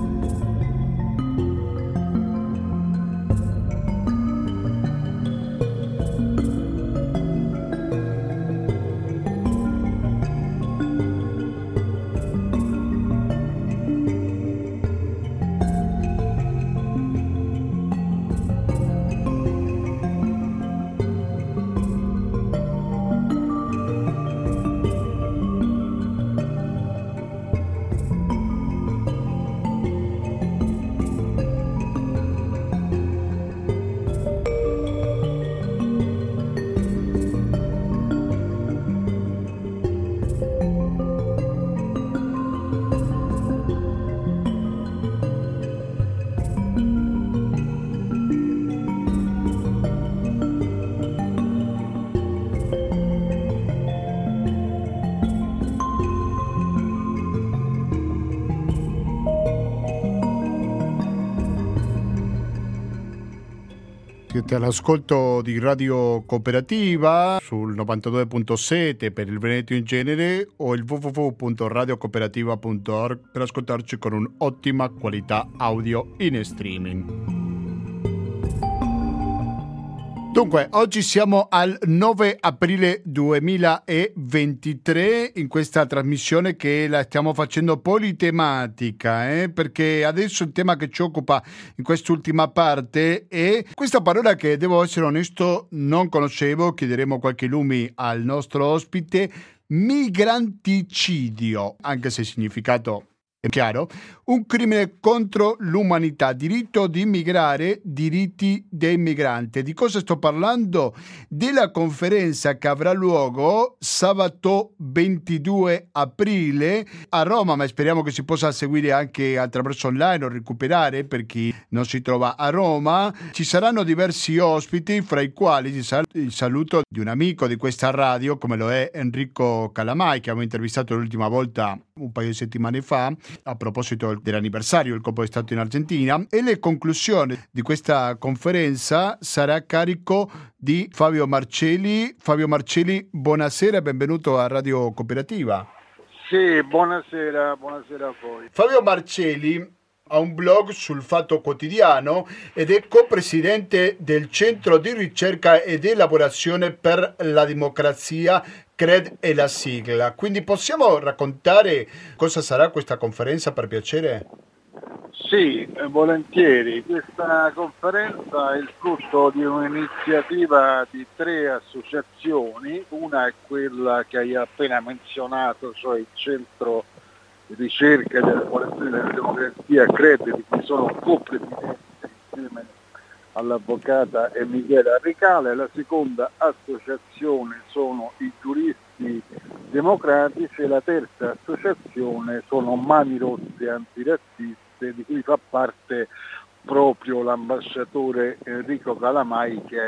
Siete all'ascolto di Radio Cooperativa sul 92.7 per il Veneto in genere o il www.radiocooperativa.org per ascoltarci con un'ottima qualità audio in streaming. Dunque, oggi siamo al 9 aprile 2023 in questa trasmissione che la stiamo facendo politematica, perché adesso il tema che ci occupa in quest'ultima parte è questa parola che, devo essere onesto, non conoscevo, chiederemo qualche lumi al nostro ospite, migranticidio, anche se il significato è chiaro, un crimine contro l'umanità, diritto di immigrare, diritti dei migranti. Di cosa sto parlando? Della conferenza che avrà luogo sabato 22 aprile a Roma, ma speriamo che si possa seguire anche attraverso online o recuperare per chi non si trova a Roma. Ci saranno diversi ospiti, fra i quali ci sarà il saluto di un amico di questa radio, come lo è Enrico Calamai, che abbiamo intervistato l'ultima volta un paio di settimane fa, a proposito dell'anniversario del colpo di Stato in Argentina, e le conclusioni di questa conferenza sarà a carico di Fabio Marcelli. Fabio Marcelli, buonasera e benvenuto a Radio Cooperativa. Sì, buonasera a voi. Fabio Marcelli ha un blog sul Fatto Quotidiano ed è copresidente del Centro di Ricerca ed Elaborazione per la Democrazia, CRED è la sigla. Quindi possiamo raccontare cosa sarà questa conferenza, per piacere? Sì, volentieri. Questa conferenza è il frutto di un'iniziativa di 3 associazioni. Una è quella che hai appena menzionato, cioè il Centro di Ricerca e Elaborazione della Democrazia, CRED, di cui sono copresidente insieme all'avvocata Emichela Ricale. La seconda associazione sono i giuristi democratici e la terza associazione sono Mani Rosse Antirazziste, di cui fa parte proprio l'ambasciatore Enrico Calamai che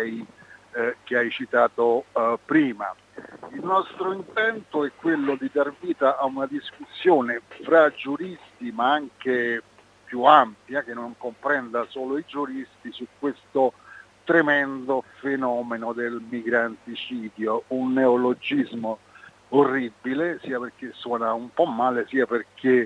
hai citato prima. Il nostro intento è quello di dar vita a una discussione fra giuristi, ma anche più ampia, che non comprenda solo i giuristi, su questo tremendo fenomeno del migranticidio, un neologismo orribile, sia perché suona un po' male, sia perché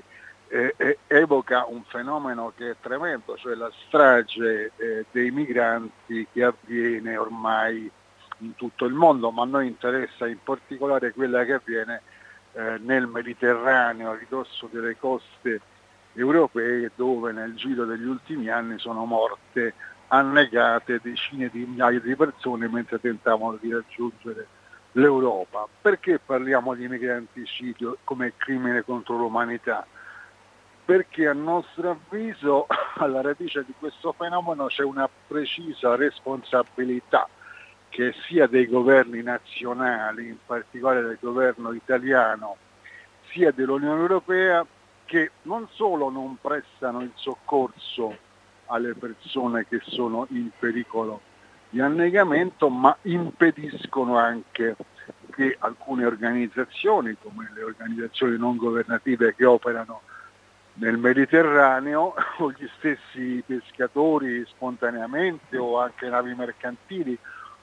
evoca un fenomeno che è tremendo, cioè la strage dei migranti che avviene ormai in tutto il mondo, ma a noi interessa in particolare quella che avviene nel Mediterraneo, a ridosso delle coste europee, dove nel giro degli ultimi anni sono morte annegate decine di migliaia di persone mentre tentavano di raggiungere l'Europa. Perché parliamo di migranticidio come crimine contro l'umanità? Perché a nostro avviso alla radice di questo fenomeno c'è una precisa responsabilità che sia dei governi nazionali, in particolare del governo italiano, sia dell'Unione Europea, che non solo non prestano il soccorso alle persone che sono in pericolo di annegamento, ma impediscono anche che alcune organizzazioni, come le organizzazioni non governative che operano nel Mediterraneo, o gli stessi pescatori spontaneamente, o anche navi mercantili,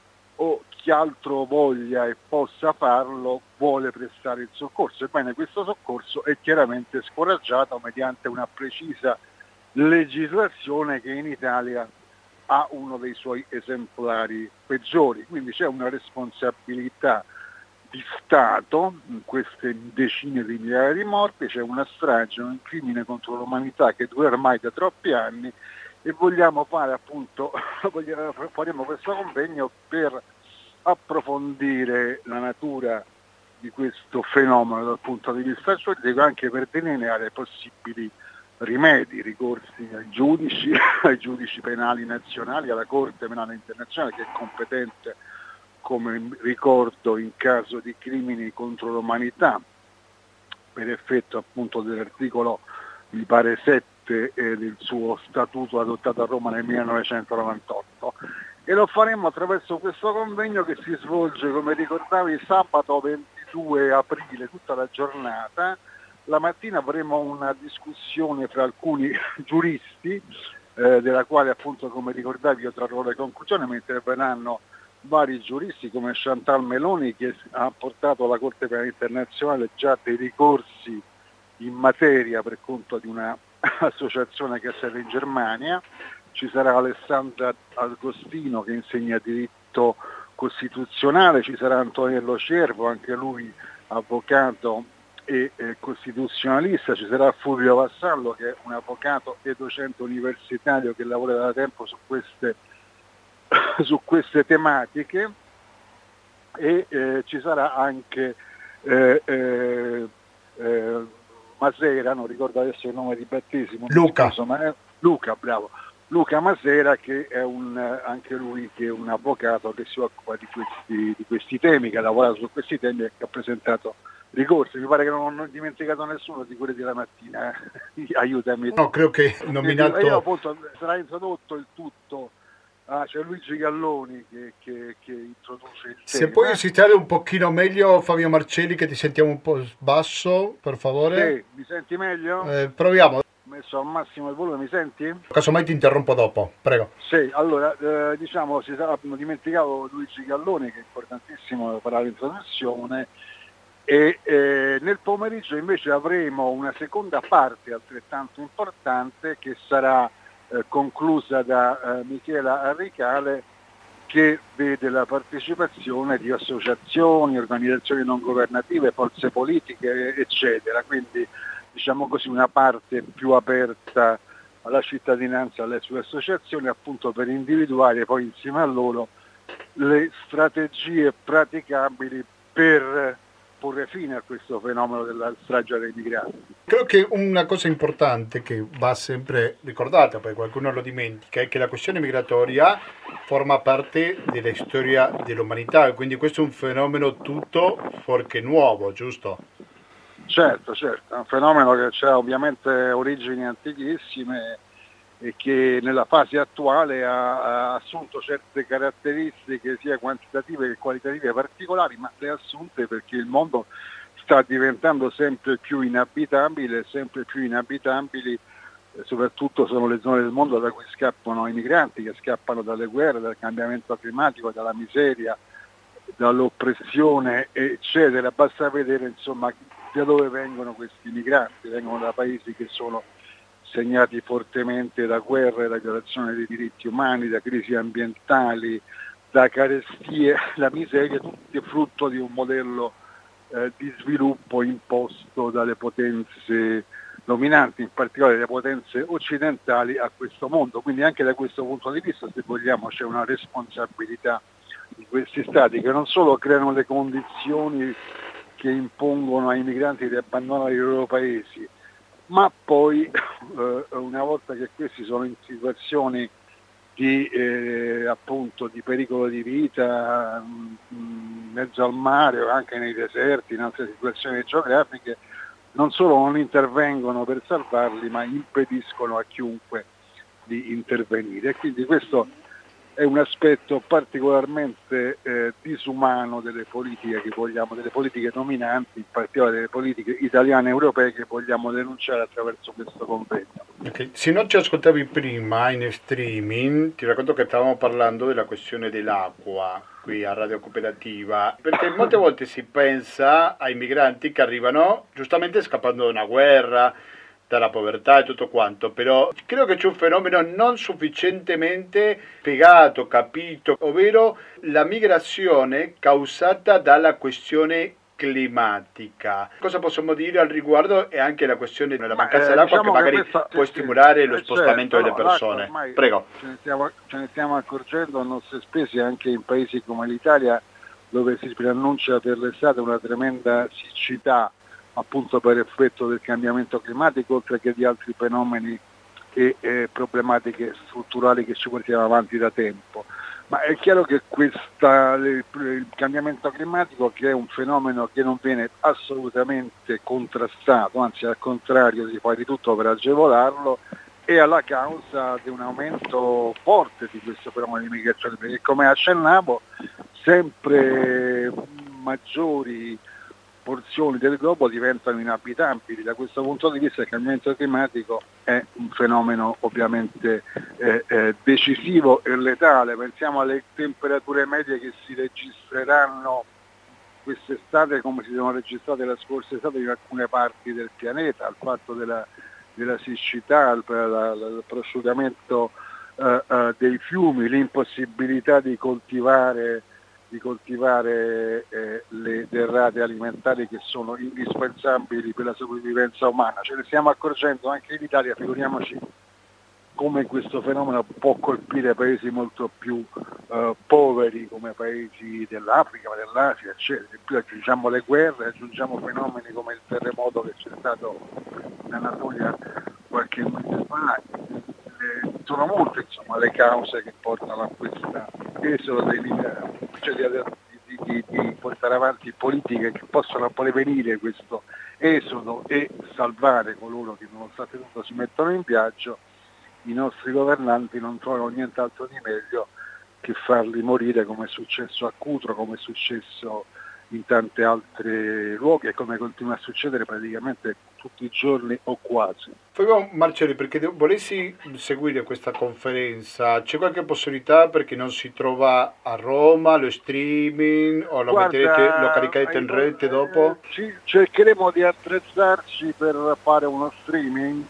o chi altro voglia e possa farlo, vuole prestare il soccorso. Ebbene, questo soccorso è chiaramente scoraggiato mediante una precisa legislazione che in Italia ha uno dei suoi esemplari peggiori. Quindi c'è una responsabilità di Stato in queste decine di migliaia di morti, c'è una strage, un crimine contro l'umanità che dura ormai da troppi anni, e vogliamo fare appunto, faremo questo convegno per approfondire la natura di questo fenomeno dal punto di vista giuridico, anche per delineare possibili rimedi, ricorsi ai giudici penali nazionali, alla Corte Penale Internazionale, che è competente, come ricordo, in caso di crimini contro l'umanità, per effetto appunto dell'articolo, mi pare 7 del suo statuto adottato a Roma nel 1998, e lo faremo attraverso questo convegno che si svolge, come ricordavi, sabato 22 aprile, tutta la giornata. La mattina avremo una discussione fra alcuni giuristi, della quale appunto, come ricordavi, io trarrò le conclusioni, mentre verranno vari giuristi come Chantal Meloni, che ha portato alla Corte Penale Internazionale già dei ricorsi in materia per conto di una associazione che ha sede in Germania. Ci sarà Alessandra Agostino, che insegna diritto diritto costituzionale, ci sarà Antonello Cervo, anche lui avvocato e costituzionalista, ci sarà Fulvio Vassallo che è un avvocato e docente universitario che lavora da tempo su queste tematiche, e ci sarà anche Masera, non ricordo adesso il nome di battesimo, Luca, bravo, Luca Masera, che è anche lui che è un avvocato che si occupa di questi temi, che ha lavorato su questi temi e che ha presentato ricorsi. Mi pare che non ho dimenticato nessuno di quelli della mattina, aiutami. No, credo che nominato... Io appunto sarà introdotto il tutto. C'è Luigi Galloni che introduce il tema. Se puoi recitare un pochino meglio, Fabio Marcelli, che ti sentiamo un po' basso, per favore. Sì, mi senti meglio? Proviamo. Ho messo al massimo il volume, mi senti? Casomai ti interrompo dopo, prego. Sì, allora, abbiamo dimenticato Luigi Galloni, che è importantissimo per l'introduzione, e nel pomeriggio invece avremo una seconda parte altrettanto importante che sarà conclusa da Michela Arricale, che vede la partecipazione di associazioni, organizzazioni non governative, forze politiche, eccetera. Quindi diciamo così una parte più aperta alla cittadinanza, alle sue associazioni, appunto per individuare poi insieme a loro le strategie praticabili per porre fine a questo fenomeno della strage dei migranti. Credo che una cosa importante che va sempre ricordata, perché qualcuno lo dimentica, è che la questione migratoria forma parte della storia dell'umanità, e quindi questo è un fenomeno tutto fuorché nuovo, giusto? Certo, è un fenomeno che ha ovviamente origini antichissime e che nella fase attuale ha assunto certe caratteristiche sia quantitative che qualitative particolari, ma le ha assunte perché il mondo sta diventando sempre più inabitabili, soprattutto sono le zone del mondo da cui scappano i migranti, che scappano dalle guerre, dal cambiamento climatico, dalla miseria, dall'oppressione, eccetera. Basta vedere insomma da dove vengono questi migranti, vengono da paesi che sono segnati fortemente da guerre, da violazione dei diritti umani, da crisi ambientali, da carestie, da miseria, tutti frutto di un modello di sviluppo imposto dalle potenze dominanti, in particolare le potenze occidentali, a questo mondo. Quindi anche da questo punto di vista, se vogliamo, c'è una responsabilità di questi stati che non solo creano le condizioni che impongono ai migranti di abbandonare i loro paesi, ma poi una volta che questi sono in situazioni di pericolo di vita, in mezzo al mare o anche nei deserti, in altre situazioni geografiche, non solo non intervengono per salvarli, ma impediscono a chiunque di intervenire. E quindi questo è un aspetto particolarmente disumano delle politiche che vogliamo, delle politiche dominanti, in particolare delle politiche italiane e europee, che vogliamo denunciare attraverso questo convegno. Okay. Se non ci ascoltavi prima in streaming, ti racconto che stavamo parlando della questione dell'acqua qui a Radio Cooperativa, perché molte volte si pensa ai migranti che arrivano giustamente scappando da una guerra, dalla povertà e tutto quanto, però credo che c'è un fenomeno non sufficientemente spiegato, capito, ovvero la migrazione causata dalla questione climatica. Cosa possiamo dire al riguardo? E anche la questione della mancanza dell'acqua, che magari può stimolare lo spostamento delle persone. Prego. Ce ne stiamo accorgendo a nostre spese anche in paesi come l'Italia, dove si preannuncia per l'estate una tremenda siccità, appunto per effetto del cambiamento climatico, oltre che di altri fenomeni e problematiche strutturali che ci portiamo avanti da tempo. Ma è chiaro che il cambiamento climatico, che è un fenomeno che non viene assolutamente contrastato, anzi al contrario si fa di tutto per agevolarlo, è alla causa di un aumento forte di questo fenomeno di migrazione, perché come accennavo sempre maggiori porzioni del globo diventano inabitabili. Da questo punto di vista il cambiamento climatico è un fenomeno ovviamente decisivo e letale. Pensiamo alle temperature medie che si registreranno quest'estate, come si sono registrate la scorsa estate in alcune parti del pianeta, al fatto della siccità, al prosciugamento dei fiumi, l'impossibilità di coltivare le derrate alimentari che sono indispensabili per la sopravvivenza umana. Ce ne stiamo accorgendo anche in Italia, figuriamoci come questo fenomeno può colpire paesi molto più poveri come paesi dell'Africa, dell'Asia, eccetera. In più aggiungiamo le guerre, aggiungiamo fenomeni come il terremoto che c'è stato in Anatolia qualche mese fa. Sono molte le cause che portano a questo esodo di portare avanti politiche che possono prevenire questo esodo e salvare coloro che nonostante tutto si mettono in viaggio. I nostri governanti non trovano nient'altro di meglio che farli morire, come è successo a Cutro, come è successo in tanti altri luoghi e come continua a succedere praticamente tutti i giorni o quasi. Fabio Marcelli, perché volessi seguire questa conferenza, c'è qualche possibilità perché non si trova a Roma, lo streaming o lo caricherete in rete dopo? Cercheremo di attrezzarci per fare uno streaming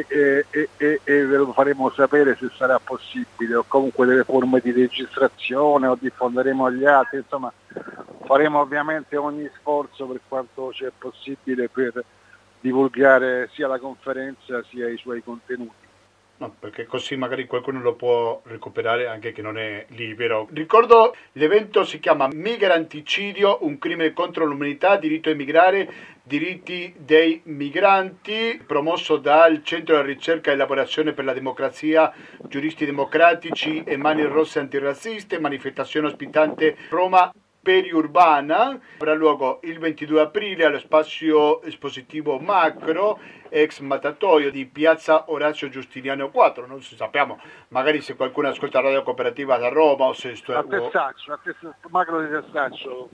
e ve lo faremo sapere se sarà possibile, o comunque delle forme di registrazione, o diffonderemo agli altri, insomma faremo ovviamente ogni sforzo per quanto c'è possibile per divulgare sia la conferenza sia i suoi contenuti. No, perché così magari qualcuno lo può recuperare anche che non è libero. Ricordo, l'evento si chiama Migranticidio, un crimine contro l'umanità, diritto a emigrare, diritti dei migranti, promosso dal Centro di Ricerca e Elaborazione per la Democrazia, Giuristi Democratici e Mani Rosse Antirazziste, manifestazione ospitante Roma periurbana. Avrà luogo il 22 aprile allo spazio espositivo Macro, ex mattatoio di piazza Orazio Giustiniano 4. Non si sappiamo, magari se qualcuno ascolta Radio Cooperativa da Roma o se a Testaccio, Macro di Testaccio.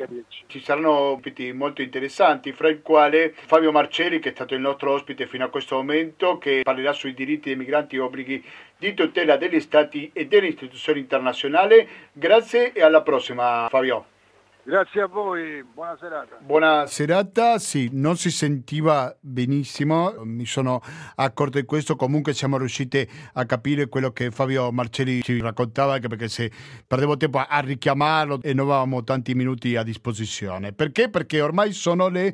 Ci saranno ospiti molto interessanti, fra il quale Fabio Marcelli, che è stato il nostro ospite fino a questo momento, che parlerà sui diritti dei migranti e obblighi di tutela degli stati e delle istituzioni internazionali. Grazie e alla prossima, Fabio. Grazie a voi, buona serata. Buona serata, sì, non si sentiva benissimo, mi sono accorto di questo, comunque siamo riusciti a capire quello che Fabio Marcelli ci raccontava, anche perché se perdevo tempo a richiamarlo e non avevamo tanti minuti a disposizione. Perché? Perché ormai sono le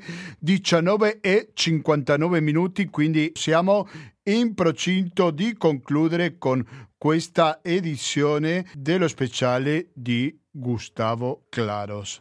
19:59, quindi siamo in procinto di concludere con questa edizione dello speciale di Gustavo Claros.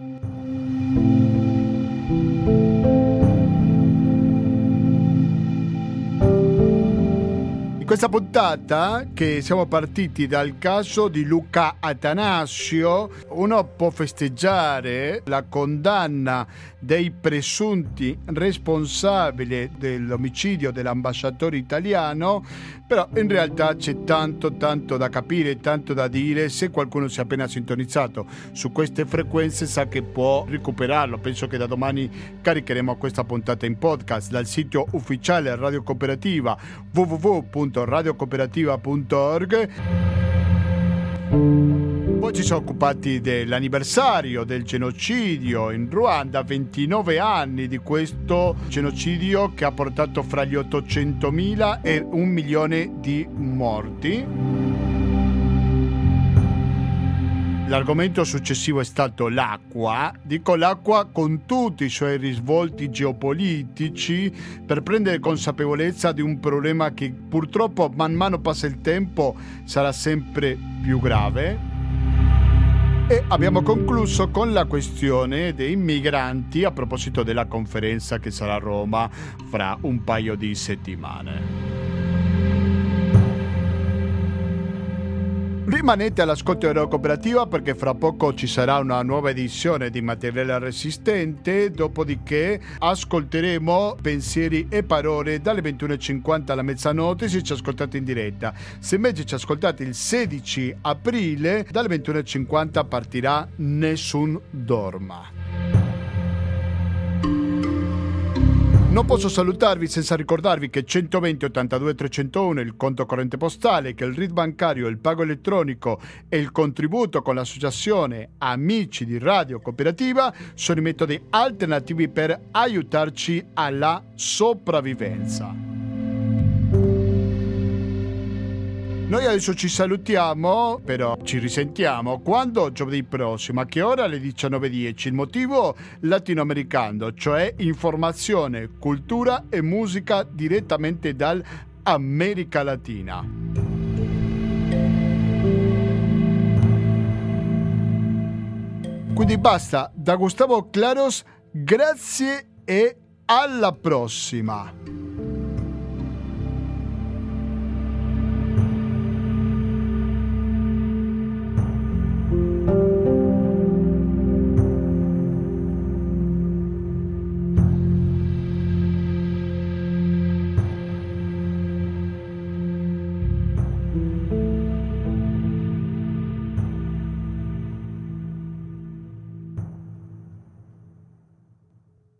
In questa puntata, che siamo partiti dal caso di Luca Attanasio, uno può festeggiare la condanna dei presunti responsabili dell'omicidio dell'ambasciatore italiano, però in realtà c'è tanto da capire, tanto da dire. Se qualcuno si è appena sintonizzato su queste frequenze sa che può recuperarlo. Penso che da domani caricheremo questa puntata in podcast dal sito ufficiale Radio Cooperativa www.radiocooperativa.org. Poi ci siamo occupati dell'anniversario del genocidio in Ruanda, 29 anni di questo genocidio che ha portato fra gli 800.000 e 1 milione di morti. L'argomento successivo è stato l'acqua. Dico l'acqua con tutti i suoi risvolti geopolitici, per prendere consapevolezza di un problema che purtroppo man mano passa il tempo sarà sempre più grave. E abbiamo concluso con la questione dei migranti a proposito della conferenza che sarà a Roma fra un paio di settimane. Rimanete all'ascolto di Radio Cooperativa perché fra poco ci sarà una nuova edizione di Materiale Resistente, dopodiché ascolteremo pensieri e parole dalle 21:50 alla mezzanotte se ci ascoltate in diretta. Se invece ci ascoltate il 16 aprile, dalle 21:50 partirà Nessun Dorma. Non posso salutarvi senza ricordarvi che 120 82 301 è il conto corrente postale, che il RID bancario, il pago elettronico e il contributo con l'associazione Amici di Radio Cooperativa sono i metodi alternativi per aiutarci alla sopravvivenza. Noi adesso ci salutiamo, però ci risentiamo quando? Giovedì prossimo, a che ora? Alle 19:10. Il motivo? Latinoamericano, cioè informazione, cultura e musica direttamente dall'America Latina. Quindi basta, da Gustavo Claros, grazie e alla prossima.